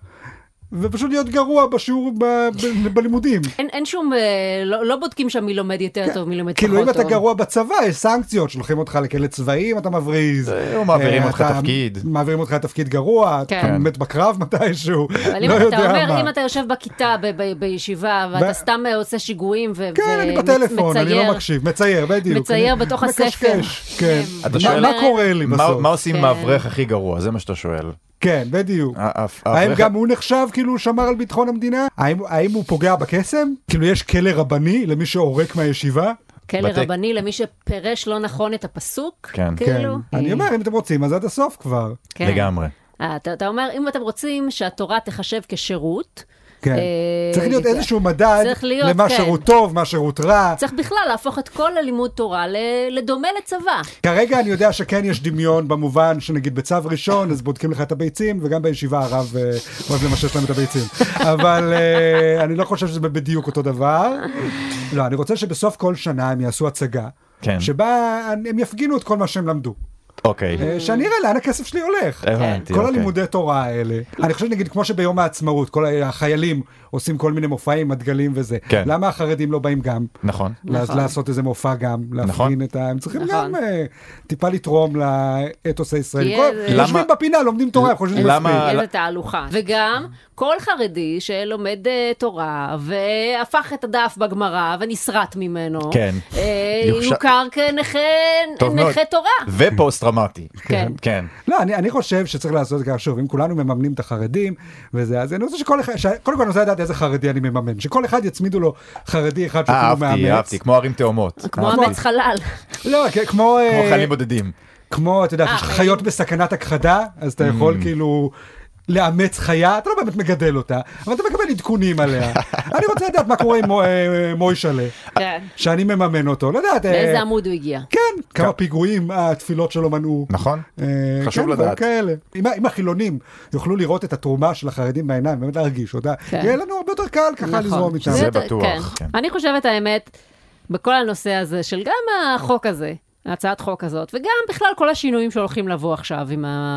ופשוט להיות גרוע בשיעור בלימודים. אין שום, לא בודקים שם מי לומד יותר טוב, מי לומד פחות טוב. כאילו, אם אתה גרוע בצבא, יש סנקציות, שולחים אותך לכלא צבאי, אתה מבריז. או מעבירים אותך תפקיד. מעבירים אותך תפקיד גרוע, אתה כן. מת בקרב מתישהו, אבל לא אם אתה יודע אומר, מה. אם אתה יושב בכיתה בישיבה, ואתה סתם עושה שיגועים כן, אני בטלפון, אני לא מקשיב, מצייר, בדיוק. מצייר בתוך הספר. מקשקש, כן. אתה שואל, מה קורה לי בסוף? מה עושים כן. מאברך הכי גרוע? זה מה שאתה שואל. כן, בדיוק. האברך- האם גם הוא נחשב כאילו הוא שמר על ביטחון המדינה? האם הוא פוגע בקסם? כאילו יש כלא רבני למי שעורק מהישיבה? כלא בתי- רבני למי שפרש לא נכון את הפסוק? כן. כן. כאילו? אני אומר, אם אתם רוצים, אז עד הסוף כבר. כן. לגמרי. אתה אומר, אם אתם רוצים שהתורה תחשב כשירות, כן. צריך להיות איזשהו מדד צריך להיות, למה כן. שירות טוב, מה שירות רע. צריך בכלל להפוך את כל הלימוד תורה לדומה לצבא. כרגע אני יודע שכן יש דמיון במובן שנגיד בצו ראשון, אז בודקים לך את הביצים, וגם בישיבה הרב אוהב למשש להם את הביצים. אבל אני לא חושב שזה בדיוק אותו דבר. לא, אני רוצה שבסוף כל שנה הם יעשו הצגה, כן. שבה הם יפגינו את כל מה שהם למדו. אוקיי. שאני אראה לאן הכסף שלי הולך. הבנתי, כל אוקיי. הלימודי תורה האלה. אני חושב נגיד כמו שביום העצמאות, כל החיילים עושים כל מיני מופעים, הדגלים וזה. כן. למה החרדים לא באים גם? נכון. נכון. לעשות איזה מופע גם, נכון. להפגין הם צריכים נכון. גם טיפה לתרום לאתוס הישראלי. יהיה- למה- יושבים בפינה, לומדים תורה, חושבים למה- מספיק. איזה תהלוכה. וגם כל חרדי שלומד תורה והפך את הדף בגמרא ונסרט ממנו, כן. יוכשר- יוכר כנכה טוב מאוד. נכה תורה. ופוסט טראומטי. כן. כן. לא, אני חושב שצריך לעשות ככה, שוב, אם כולנו מממנים את החרדים, וזה, אז אני רוצה שכל אחד, קודם כל אני רוצה לדעת איזה חרדי אני מממן, שכל אחד יצמידו לו חרדי אחד שאפילו מאמץ. אהבתי, כמו ערים תאומות. כמו אהבתי. אמץ חלל. לא, כמו כמו חיילים בודדים. כמו, אתה יודע, יש חיות בסכנת הכחדה, אז אתה יכול כאילו לאמץ חיה, אתה לא באמת מגדל אותה, אבל אתה מקבל עדכונים עליה. אני רוצה לדעת מה קורה עם מוישלה, כן. שאני מממן אותו, לא יודעת. לאיזה עמוד הוא הגיע. כן, כמה פיגועים התפילות שלו מנעו. נכון. חשוב כן, לדעת. כאלה. אם החילונים יוכלו לראות את התרומה של החרדים בעיניים, באמת להרגיש אותה, כן. יהיה לנו הרבה יותר קל ככה לזרום איתם. זה בטוח, כן. אני חושבת האמת, בכל הנושא הזה של גם החוק הזה, הצעת חוק הזאת, וגם בכלל כל השינויים שהולכים לבוא עכשיו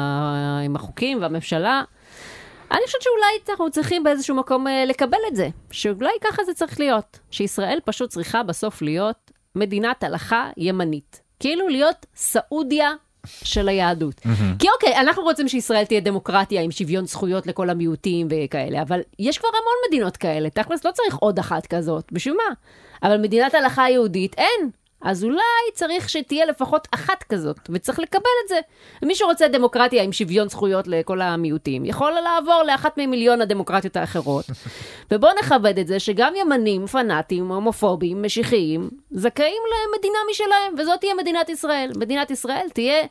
עם החוקים והממשלה, אני חושבת שאולי אנחנו צריכים באיזשהו מקום לקבל את זה, שאולי ככה זה צריך להיות, שישראל פשוט צריכה בסוף להיות מדינת הלכה ימנית, כאילו להיות סעודיה של היהדות. כי אוקיי, אנחנו רוצים שישראל תהיה דמוקרטיה עם שוויון זכויות לכל המיעוטים וכאלה, אבל יש כבר המון מדינות כאלה, תכלס לא צריך עוד אחת כזאת, בשביל מה? אבל מדינת הלכה יהודית אין. אז אולי צריך שתהיה לפחות אחת כזאת, וצריך לקבל את זה. מי שרוצה דמוקרטיה עם שוויון זכויות לכל המיעוטים, יכול לעבור לאחת ממיליון הדמוקרטיות האחרות. ובואו נכבד את זה שגם ימנים, פנאטים, הומופובים, משיחיים, זכאים למדינה משלהם, וזאת תהיה מדינת ישראל. מדינת ישראל תהיה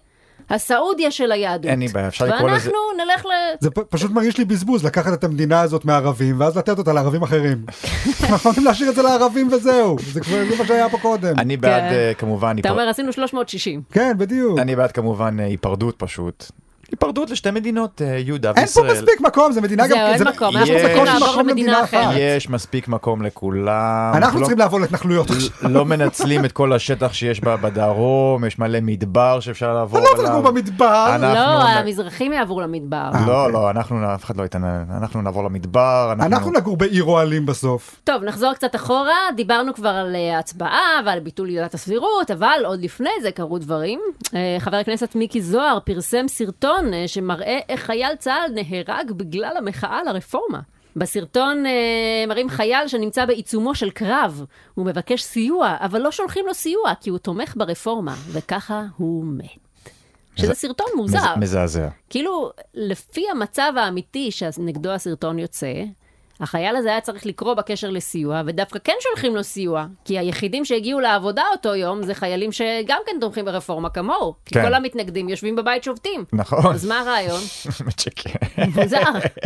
הסעודיה של היהדות. אין לי בעיה, אפשר לקרוא לזה... ואנחנו נלך זה פשוט מרגיש לי בזבוז לקחת את המדינה הזאת מהערבים, ואז לתת אותה לערבים אחרים. אנחנו יכולים להשאיר את זה לערבים וזהו. זה מה שהיה פה קודם. אני בעד כמובן... אתה אומר, עשינו 360. כן, בדיוק. אני בעד כמובן היפרדות פשוט. היפרדות לשתי מדינות, יהודה אין פה וישראל. מספיק מקום, זה מדינה גם... זהו, אין מקום. אנחנו יש- צריכים לעבור מקום למדינה אחרת. יש מספיק מקום לכולם. אנחנו צריכים לעבור להתנחלויות עכשיו. לא מנצלים את כל השטח שיש בדרום, יש מלא מדבר שאפשר לעבור אני לא רוצה לגור במדבר. אנחנו- לא, המזרחים יעברו למדבר. לא, אנחנו, אף אחד לא ייתן, אנחנו נעבור למדבר. אנחנו נגור בעיר אוהלים בסוף. טוב, נחזור קצת אחורה, דיברנו כבר על הצבעה ועל ביטול עילת הסבירות, אבל עוד לפני זה קרו דברים. חבר הכנסת מיקי זוהר פרסם סרטון שמראה איך חייל צה"ל נהרג בגלל המחאה לרפורמה. בסרטון מראים חייל שנמצא בעיצומו של קרב, הוא מבקש סיוע, אבל לא שולחים לו סיוע כי הוא תומך ברפורמה, וככה הוא מת. שזה סרטון מוזר. מזעזע. כאילו, לפי המצב האמיתי שנגדו הסרטון יוצא, החייל הזה היה צריך לקרוא בקשר לסיוע, ודווקא כן שולחים לו סיוע, כי היחידים שהגיעו לעבודה אותו יום זה חיילים שגם כן תומכים ברפורמה כמוהו, כי כן. כל המתנגדים יושבים בבית שובתים. נכון. אז מה הרעיון? באמת שכן. מוזר.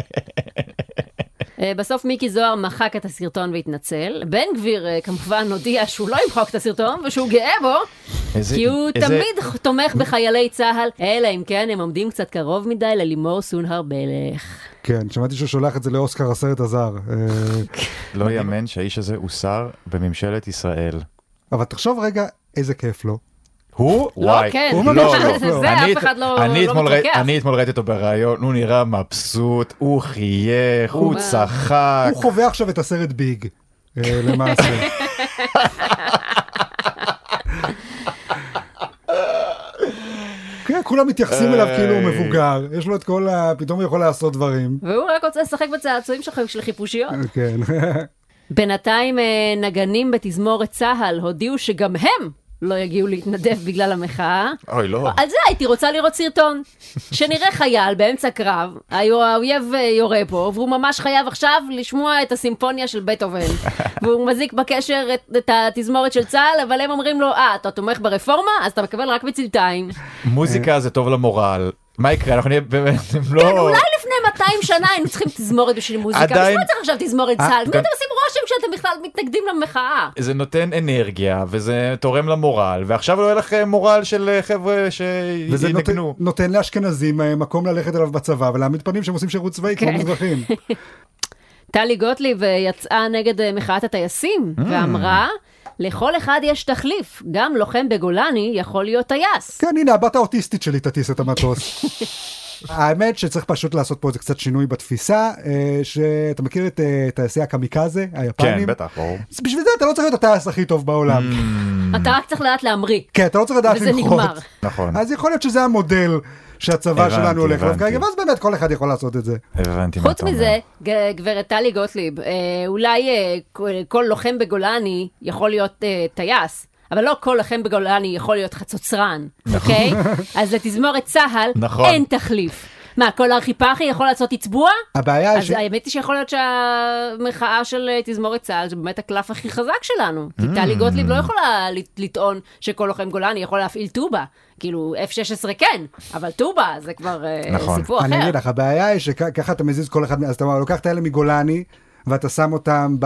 בסוף מיקי זוהר מחק את הסרטון והתנצל. בן גביר כמובן הודיע שהוא לא ימחוק את הסרטון ושהוא גאה בו, כי הוא תמיד תומך בחיילי צה"ל, אלא אם כן הם עומדים קצת קרוב מדי ללימור סון הר מלך. כן, שמעתי שהוא שולח את זה לאוסקר הסרט הזר. לא יאמן שהאיש הזה הוא שר בממשלת ישראל. אבל תחשוב רגע איזה כיף לו. הוא? לא, וואי. כן. הוא ממש כיף לו. זה אף אחד לא מתווכח. אני אתמול ראיתי אותו בראיון, הוא נראה מבסוט, הוא חייך, הוא צחק. הוא חווה עכשיו את הסרט ביג, למעשה. כן, כולם מתייחסים אליו כאילו הוא מבוגר. יש לו את כל פתאום הוא יכול לעשות דברים. והוא רק רוצה לשחק בצעצועים של חיפושיות. כן. בינתיים נגנים בתזמורת צה"ל הודיעו שגם הם לא יגיעו להתנדב בגלל המחאה. אוי, לא. על זה הייתי רוצה לראות סרטון. שנראה חייל באמצע קרב, האויב יורה פה, והוא ממש חייב עכשיו לשמוע את הסימפוניה של בטהובן. והוא מזיק בקשר את התזמורת של צה"ל, אבל הם אומרים לו, אתה תומך ברפורמה? אז אתה מקבל רק בצלתיים. מוזיקה זה טוב למורל. מה יקרה? אנחנו נהיה באמת, לא... כן, אולי לפני 200 שנה היינו צריכים תזמורת בשביל מוזיקה. עדיין- בשביל מה צריך עכשיו תזמורת צה"ל? מי גם- אתם עושים רושם כשאתם בכלל מתנגדים למחאה? זה נותן אנרגיה, וזה תורם למורל, ועכשיו לא יהיה לך מורל של חבר'ה וזה שינגנו. נותן לאשכנזים מקום ללכת אליו בצבא, ולהעמיד פנים שהם עושים שירות צבאי כמו כן. מזרחים. טלי גוטליב יצאה נגד מחאת הטייסים, ואמרה, לכל אחד יש תחליף, גם לוחם בגולני יכול להיות טייס. כן, הנה, הבת האוטיסטית שלי תטיס את המטוס. האמת שצריך פשוט לעשות פה איזה קצת שינוי בתפיסה, שאתה מכיר את טייסי הקמיקזה, היפנים? כן, בטח, ברור. אז בשביל זה אתה לא צריך להיות הטייס הכי טוב בעולם. אתה רק צריך לדעת להמריא. כן, אתה לא צריך לדעת וזה למחות. נגמר. נכון. אז יכול להיות שזה המודל שהצבא הבנתי, שלנו הולך אליו הבנתי. כרגע, ואז באמת כל אחד יכול לעשות את זה. הבנתי מה חוץ אתה אומר. מזה, גברת טלי גוטליב, אולי כל לוחם בגולני יכול להיות טייס, אבל לא כל לוחם בגולני יכול להיות חצוצרן, אוקיי? אז לתזמורת צה"ל נכון. אין תחליף. מה, כל ארכיפחי יכול לעשות תצבוע? הבעיה היא אז האמת היא שיכול להיות שהמחאה של תזמורת צה"ל זה באמת הקלף הכי חזק שלנו. כי טלי גוטליב לא יכולה לטעון שכל לוחם גולני יכול להפעיל טובה. כאילו, F-16 כן, אבל טובה זה כבר נכון. סיפור אחר. אני אגיד לך, הבעיה היא שככה אתה מזיז כל אחד, אז אתה לוקח את האלה מגולני, ואתה שם אותם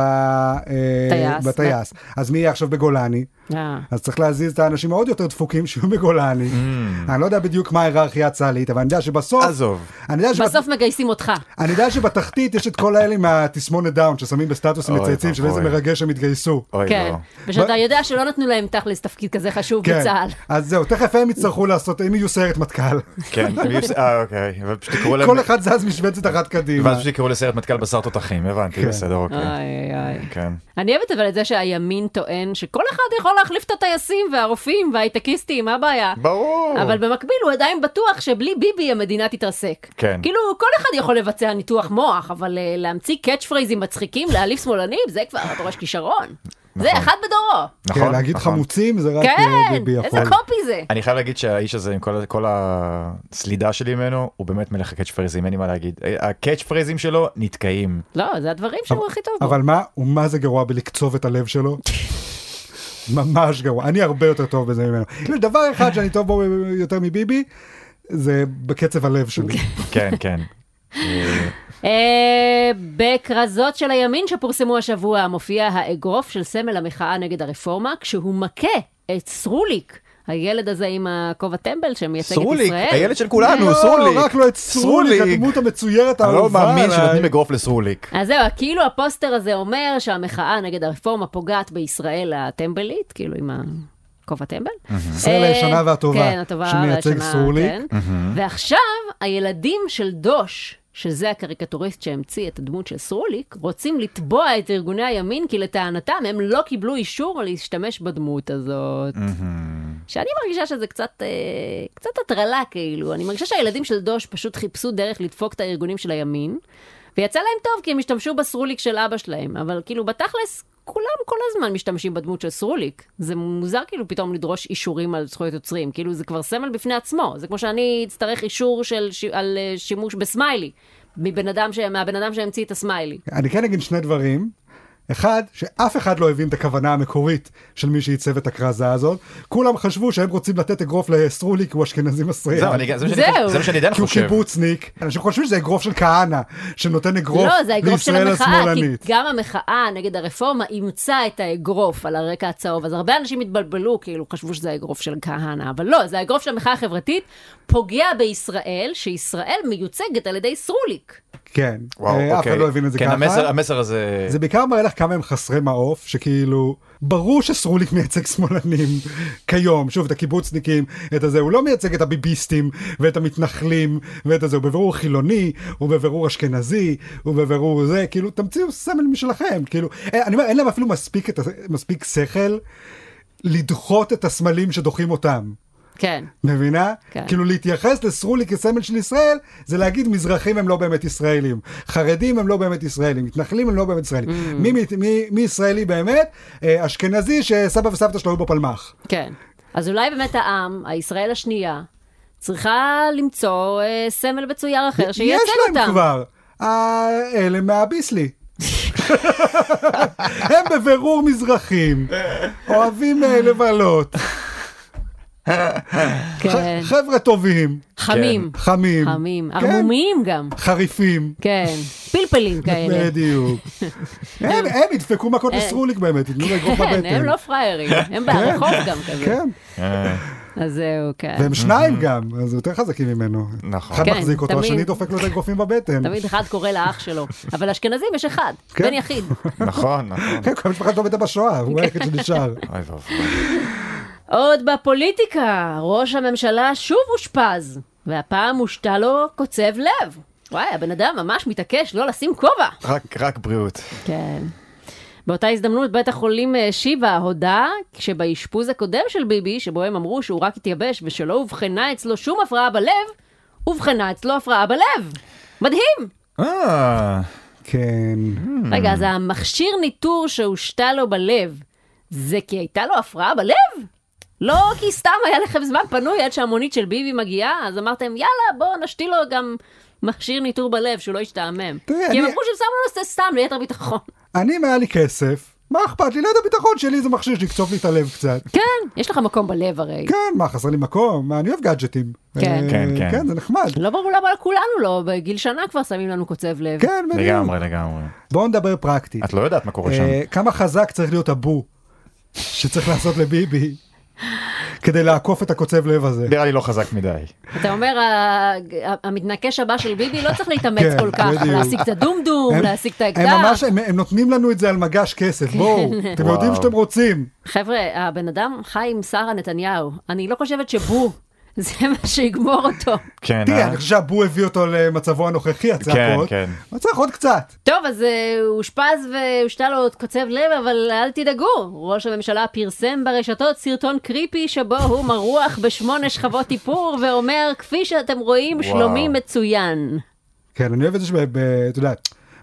בטייס. אז מי יהיה עכשיו בגולני? אז צריך להזיז את האנשים העוד יותר דפוקים שיהיו בגולני. אני לא יודע בדיוק מה ההיררכיה הצה"לית, אבל אני יודע שבסוף... עזוב. בסוף מגייסים אותך. אני יודע שבתחתית יש את כל האלה מהתסמונת דאון, ששמים בסטטוסים אוי, מצייצים, של איזה אוי. מרגש הם התגייסו. אוי, כן, לא. ושאתה יודע שלא נתנו להם תכלס תפקיד כזה חשוב כן, בצה"ל. אז זהו, תכף הם יצטרכו לעשות, הם יהיו סיירת מטכ"ל. כן, אוקיי. ופשוט תקראו להם... כל אחד זז משבצת אחת קדימה. ואז שיקראו לסרט מטכ"ל בשר תותחים, הבנתי, כן. בסדר, אוקיי. איי. כן. אני אוהבת אבל את זה שהימין טוען שכל אחד יכול להחליף את הטייסים והרופאים וההייטקיסטים, מה הבעיה? ברור. אבל במקביל הוא עדיין בטוח שבלי ביבי המדינה תתרסק. כן. כאילו כל אחד יכול לבצע ניתוח מוח, אבל להמציא קאץ' פרייזים מצחיקים, להעליף שמאלנים, זה כבר דורש כישרון. זה אחד בדורו. נכון, כן, להגיד נכון. חמוצים זה רק כן, ביבי יכול. איזה קופי זה. אני חייב להגיד שהאיש הזה, עם כל הסלידה שלי ממנו, הוא באמת מלך הקאץ' פרייזים, אין לי מה להגיד. הקאץ' פרייזים שלו נתקעים. לא, זה הדברים שהוא הכי טוב בו. אבל מה זה גרוע בלקצוב את הלב שלו? ממש גרוע. אני הרבה יותר טוב בזה ממנו. יש דבר אחד שאני טוב בו יותר מביבי, זה בקצב הלב שלי. כן, כן. בכרזות של הימין שפורסמו השבוע מופיע האגרוף של סמל המחאה נגד הרפורמה, כשהוא מכה את סרוליק, הילד הזה עם הכובע טמבל שמייצג את ישראל. סרוליק, הילד של כולנו, סרוליק. לא, רק לא את סרוליק, הדמות המצוירת האהובה. אני לא מאמין שנותנים אגרוף לסרוליק. אז זהו, כאילו הפוסטר הזה אומר שהמחאה נגד הרפורמה פוגעת בישראל הטמבלית, כאילו עם הכובע טמבל. ישראל הישנה והטובה, כן, הטובה שמייצג סרוליק. ועכשיו הילדים של דוש, שזה הקריקטוריסט שהמציא את הדמות של סרוליק, רוצים לתבוע את ארגוני הימין, כי לטענתם הם לא קיבלו אישור להשתמש בדמות הזאת. שאני מרגישה שזה קצת הטרלה כאילו. אני מרגישה שהילדים של דוש פשוט חיפשו דרך לדפוק את הארגונים של הימין, ויצא להם טוב כי הם השתמשו בסרוליק של אבא שלהם, אבל כאילו בתכלס כולם כל הזמן משתמשים בדמות של סרוליק. זה מוזר כאילו פתאום לדרוש אישורים על זכויות יוצרים, כאילו זה כבר סמל בפני עצמו. זה כמו שאני אצטרך אישור על שימוש בסמיילי, מהבן אדם שהמציא את הסמיילי. אני כן אגיד שני דברים. אחד, שאף אחד לא הבין את הכוונה המקורית של מי שייצב את הכרזה הזאת. כולם חשבו שהם רוצים לתת אגרוף לסרוליק, הוא אשכנזי מסריח. זה מה שאני עדיין חושב. כי הוא קיבוצניק. אנשים חושבים שזה אגרוף של כהנא, שנותן אגרוף לא, זה האגרוף של לישראל המחאה, השמאלנית. כי גם המחאה נגד הרפורמה אימצה את האגרוף על הרקע הצהוב. אז הרבה אנשים התבלבלו, כאילו חשבו שזה האגרוף של כהנא, אבל לא, זה האגרוף של המחאה החברתית, פוגע בישראל, שישראל מיוצגת על ידי סרוליק. כן, וואו, אף אחד לא הבין את זה כן, ככה. המסר הזה... זה בעיקר מראה לך כמה הם חסרי מעוף, שכאילו, ברור שסרוליק מייצג שמאלנים כיום, שוב, את הקיבוצניקים, את הזה, הוא לא מייצג את הביביסטים ואת המתנחלים ואת הזה, הוא בבירור חילוני, הוא בבירור אשכנזי, הוא בבירור זה, כאילו, תמציאו סמל משלכם, כאילו, אני אומר, אין להם אפילו מספיק שכל לדחות את הסמלים שדוחים אותם. כן. מבינה? כן. כאילו להתייחס לסרוליק כסמל של ישראל, זה להגיד מזרחים הם לא באמת ישראלים, חרדים הם לא באמת ישראלים, מתנחלים הם לא באמת ישראלים. מי ישראלי באמת? אשכנזי שסבא וסבתא שלו היו בפלמח. כן. אז אולי באמת העם, הישראל השנייה, צריכה למצוא סמל בצויר אחר שייצג אותם. יש להם כבר. אלה מהביסלי. הם בבירור מזרחים, אוהבים לבלות. כן. חבר'ה טובים. חמים. חמים. ערמומיים גם. חריפים. כן. פלפלים כאלה. בדיוק. הם ידפקו מכות לסרוליק באמת, יתנו לגרוף בבטן. כן, הם לא פריירים. הם ברחוב גם כזה. כן. אז זהו, כן. והם שניים גם, אז יותר חזקים ממנו. נכון. אחד מחזיק אותו, השני דופק לו את הגרופים בבטן. תמיד אחד קורא לאח שלו. אבל אשכנזים יש אחד, בן יחיד. נכון. כן, כל המשפחה לא מתה בשואה, הוא היחיד שנשאר. אוי ואבוי. עוד בפוליטיקה, ראש הממשלה שוב אושפז, והפעם הושתה לו קוצב לב. וואי, הבן אדם ממש מתעקש לא לשים כובע. רק בריאות. כן. באותה הזדמנות בית החולים שיבא הודע שבאשפוז הקודם של ביבי, שבו הם אמרו שהוא רק התייבש ושלא הובחנה אצלו שום הפרעה בלב, הובחנה אצלו הפרעה בלב. מדהים! כן. רגע, אז המכשיר ניטור שהושתה לו בלב, זה כי הייתה לו הפרעה בלב? לא כי סתם היה לכם זמן פנוי עד שהמונית של ביבי מגיעה, אז אמרתם יאללה בוא נשתיל לו גם מכשיר ניטור בלב שהוא לא ישתעמם. כי הם אמרו ששמו לו סתם ליתר ביטחון. אני אם היה לי כסף, מה אכפת לי? ליתר ביטחון שלי זה מכשיר שיקצוף לי את הלב קצת. כן, יש לך מקום בלב הרי. כן, מה חסר לי מקום? אני אוהב גאדג'טים. כן, זה נחמד. לא ברור למה כולנו לא, בגיל שנה כבר שמים לנו קוצב לב. כן, בדיוק. לגמרי. בואו נדבר פרקטית. את לא יודעת מה קורה שם. כמה חזק צריך להיות אבו שצריך לעשות לביבי כדי לעקוף את הקוצב לב הזה. נראה לי לא חזק מדי. אתה אומר, המתנקש הבא של ביבי לא צריך להתאמץ כל כך, להשיג את הדומדום, להשיג את האקדח. הם נותנים לנו את זה על מגש כסף, בואו, אתם יודעים שאתם רוצים. חבר'ה, הבן אדם חי עם שרה נתניהו, אני לא חושבת שבו, זה מה שיגמור אותו. כן, תראה, אני חושב שהבו הביא אותו למצבו הנוכחי, הצעקות. כן. הוא צריך עוד קצת. טוב, אז הוא אושפז והושתה לו קוצב לב, אבל אל תדאגו. ראש הממשלה פרסם ברשתות סרטון קריפי שבו הוא מרוח ב8 שכבות טיפור, ואומר, כפי שאתם רואים, שלומי מצוין. כן, אני אוהב את זה אתה יודע,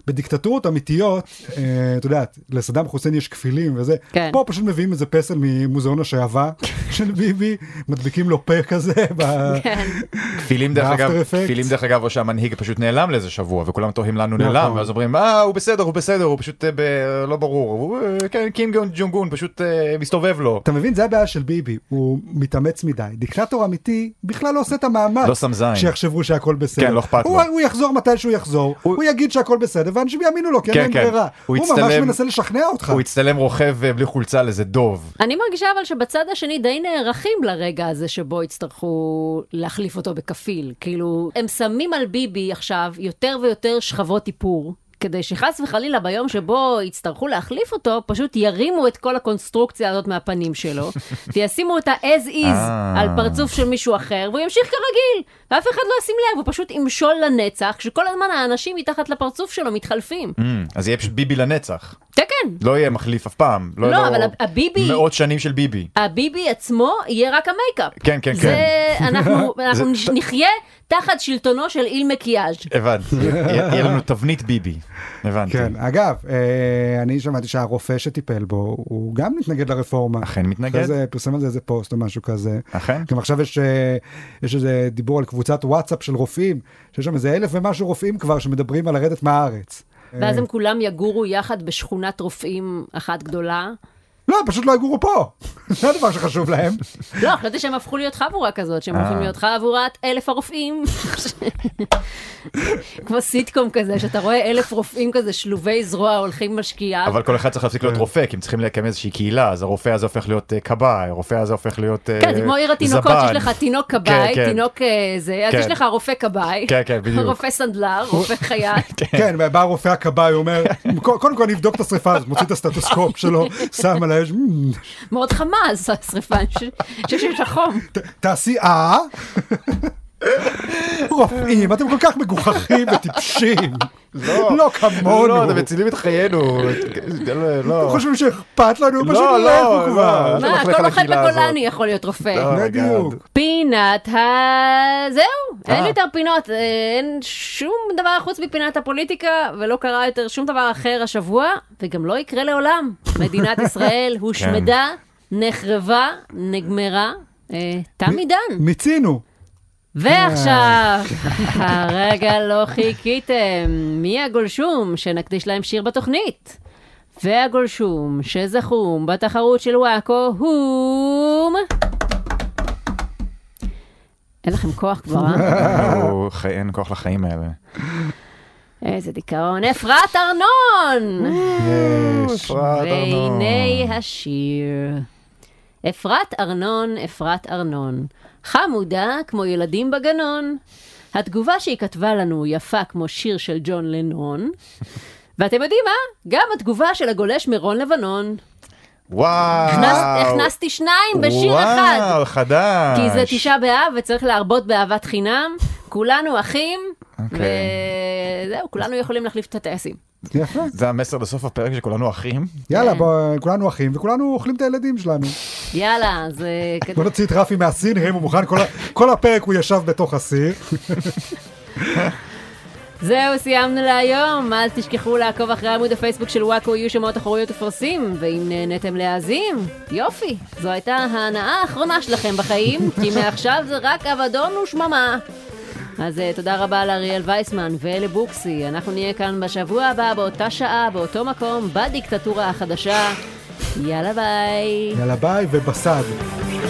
בדיקטטורות אמיתיות, אתה יודע, לסדאם חוסיין יש כפילים וזה, כן. פה פשוט מביאים איזה פסל ממוזיאון השעווה של ביבי, מדביקים לו פה כזה, כן. כפילים דרך אגב, או שהמנהיג פשוט נעלם לאיזה שבוע, וכולם תוהים לנו נעלם, ואז אומרים, הוא בסדר, הוא פשוט לא ברור, קים ג'ונג-און פשוט מסתובב לו. אתה מבין, זה הבעיה של ביבי, הוא מתאמץ מדי. דיקטטור אמיתי בכלל לא עושה את המאמץ. לא שם זין. שיחשבו שהכל בסדר. כן, לא אכפת לו. הוא יחזור מתי שהוא יחזור, הוא יגיד שהכל בסדר, ואנשים יאמינו לו, כי אין ברירה. הוא ממש מנסה לשכנע אותך. הוא יצטלם רוכב בלי חולצה לזה דוב. אני מרגישה אבל שבצד השני די נערכים לרגע הזה שבו יצטרכו להחליף אותו בכפיל. כאילו, הם שמים על ביבי עכשיו יותר ויותר שכבות איפור. כדי שחס וחלילה ביום שבו יצטרכו להחליף אותו, פשוט ירימו את כל הקונסטרוקציה הזאת מהפנים שלו, וישימו אותה as is על פרצוף של מישהו אחר, והוא ימשיך כרגיל, ואף אחד לא ישים לב, הוא פשוט ימשול לנצח, כשכל הזמן האנשים מתחת לפרצוף שלו מתחלפים. אז יהיה פשוט ביבי לנצח. כן. לא יהיה מחליף אף פעם. לא, אבל הביבי... מאות שנים של ביבי. הביבי עצמו יהיה רק המייקאפ. כן. אנחנו נחיה תחת שלטונו של איל מקיאז'. הבנתי. יהיה לנו תבנית ביבי. הבנתי. כן, אגב, אני שמעתי שהרופא שטיפל בו, הוא גם מתנגד לרפורמה. אכן מתנגד? אחרי זה פרסם על זה איזה פוסט או משהו כזה. אכן? גם עכשיו יש איזה דיבור על קבוצת וואטסאפ של רופאים, שיש שם איזה 1,000 ומשהו רופאים כבר שמדברים על לרדת מהארץ. ואז הם כולם יגורו יחד בשכונת רופאים אחת גדולה. לא, פשוט לא יגורו פה. זה הדבר שחשוב להם. לא, חשבתי שהם הפכו להיות חבורה כזאת, שהם הולכים להיות חבורת 1,000 הרופאים. כמו סיטקום כזה, שאתה רואה 1,000 רופאים כזה, שלובי זרוע, הולכים משקיעה. אבל כל אחד צריך להפסיק להיות רופא, כי הם צריכים להקים איזושהי קהילה, אז הרופא הזה הופך להיות כבאי, הרופא הזה הופך להיות זבן. כן, זה כמו עיר התינוקות, יש לך תינוק כבאי, תינוק זה, אז יש לך רופא כבאי, רופא סנדלר, רופא חייט. כן, בא הרופא הכבאי, הוא אומר, קודם כל נבדוק את השריפה, אז מוציא את הסטטוסקופ שלו, שם על האש. מאוד חמה, אז השריפה, שיש החום. תעשי רופאים, אתם כל כך מגוחכים וטיפשים. לא כמונו. לא, אתם מצילים את חיינו. אתם חושבים שאכפת לנו? פשוט לכו כבר. מה, כל רופא בגולני יכול להיות רופא. בדיוק. פינת זהו, אין יותר פינות. אין שום דבר חוץ מפינת הפוליטיקה, ולא קרה יותר שום דבר אחר השבוע, וגם לא יקרה לעולם. מדינת ישראל הושמדה, נחרבה, נגמרה. תם עידן. מיצינו. ועכשיו, הרגע לא חיכיתם, מי הגולשום שנקדיש להם שיר בתוכנית? והגולשום שזכום בתחרות של וואקו הום... אין לכם כוח כבר, אין כוח לחיים האלה. איזה דיכאון. אפרת ארנון! והנה השיר. אפרת ארנון, חמודה כמו ילדים בגנון. התגובה שהיא כתבה לנו יפה כמו שיר של ג'ון לנון. ואתם יודעים מה? גם התגובה של הגולש מרון לבנון. וואו. הכנסתי שניים בשיר אחד. וואו, חדש. כי זה 9 באב וצריך להרבות באהבת חינם. כולנו אחים. וזהו, כולנו יכולים להחליף את הטייסים. יפה. זה המסר בסוף הפרק שכולנו אחים. יאללה, כולנו אחים וכולנו אוכלים את הילדים שלנו. יאללה, אז... בוא נוציא את רפי מהסין, הוא מוכן, כל הפרק הוא ישב בתוך הסיר. זהו, סיימנו להיום. אל תשכחו לעקוב אחרי עמוד הפייסבוק של וואקו, יהיו שמות אחוריות ופרסים, ואם נהנתם להאזין, יופי, זו הייתה ההנאה האחרונה שלכם בחיים, כי מעכשיו זה רק אבדון ושממה. אז תודה רבה לאריאל וייסמן ולבוקסי. אנחנו נהיה כאן בשבוע הבא, באותה שעה, באותו מקום, בדיקטטורה החדשה. יאללה ביי. יאללה ביי ובסד.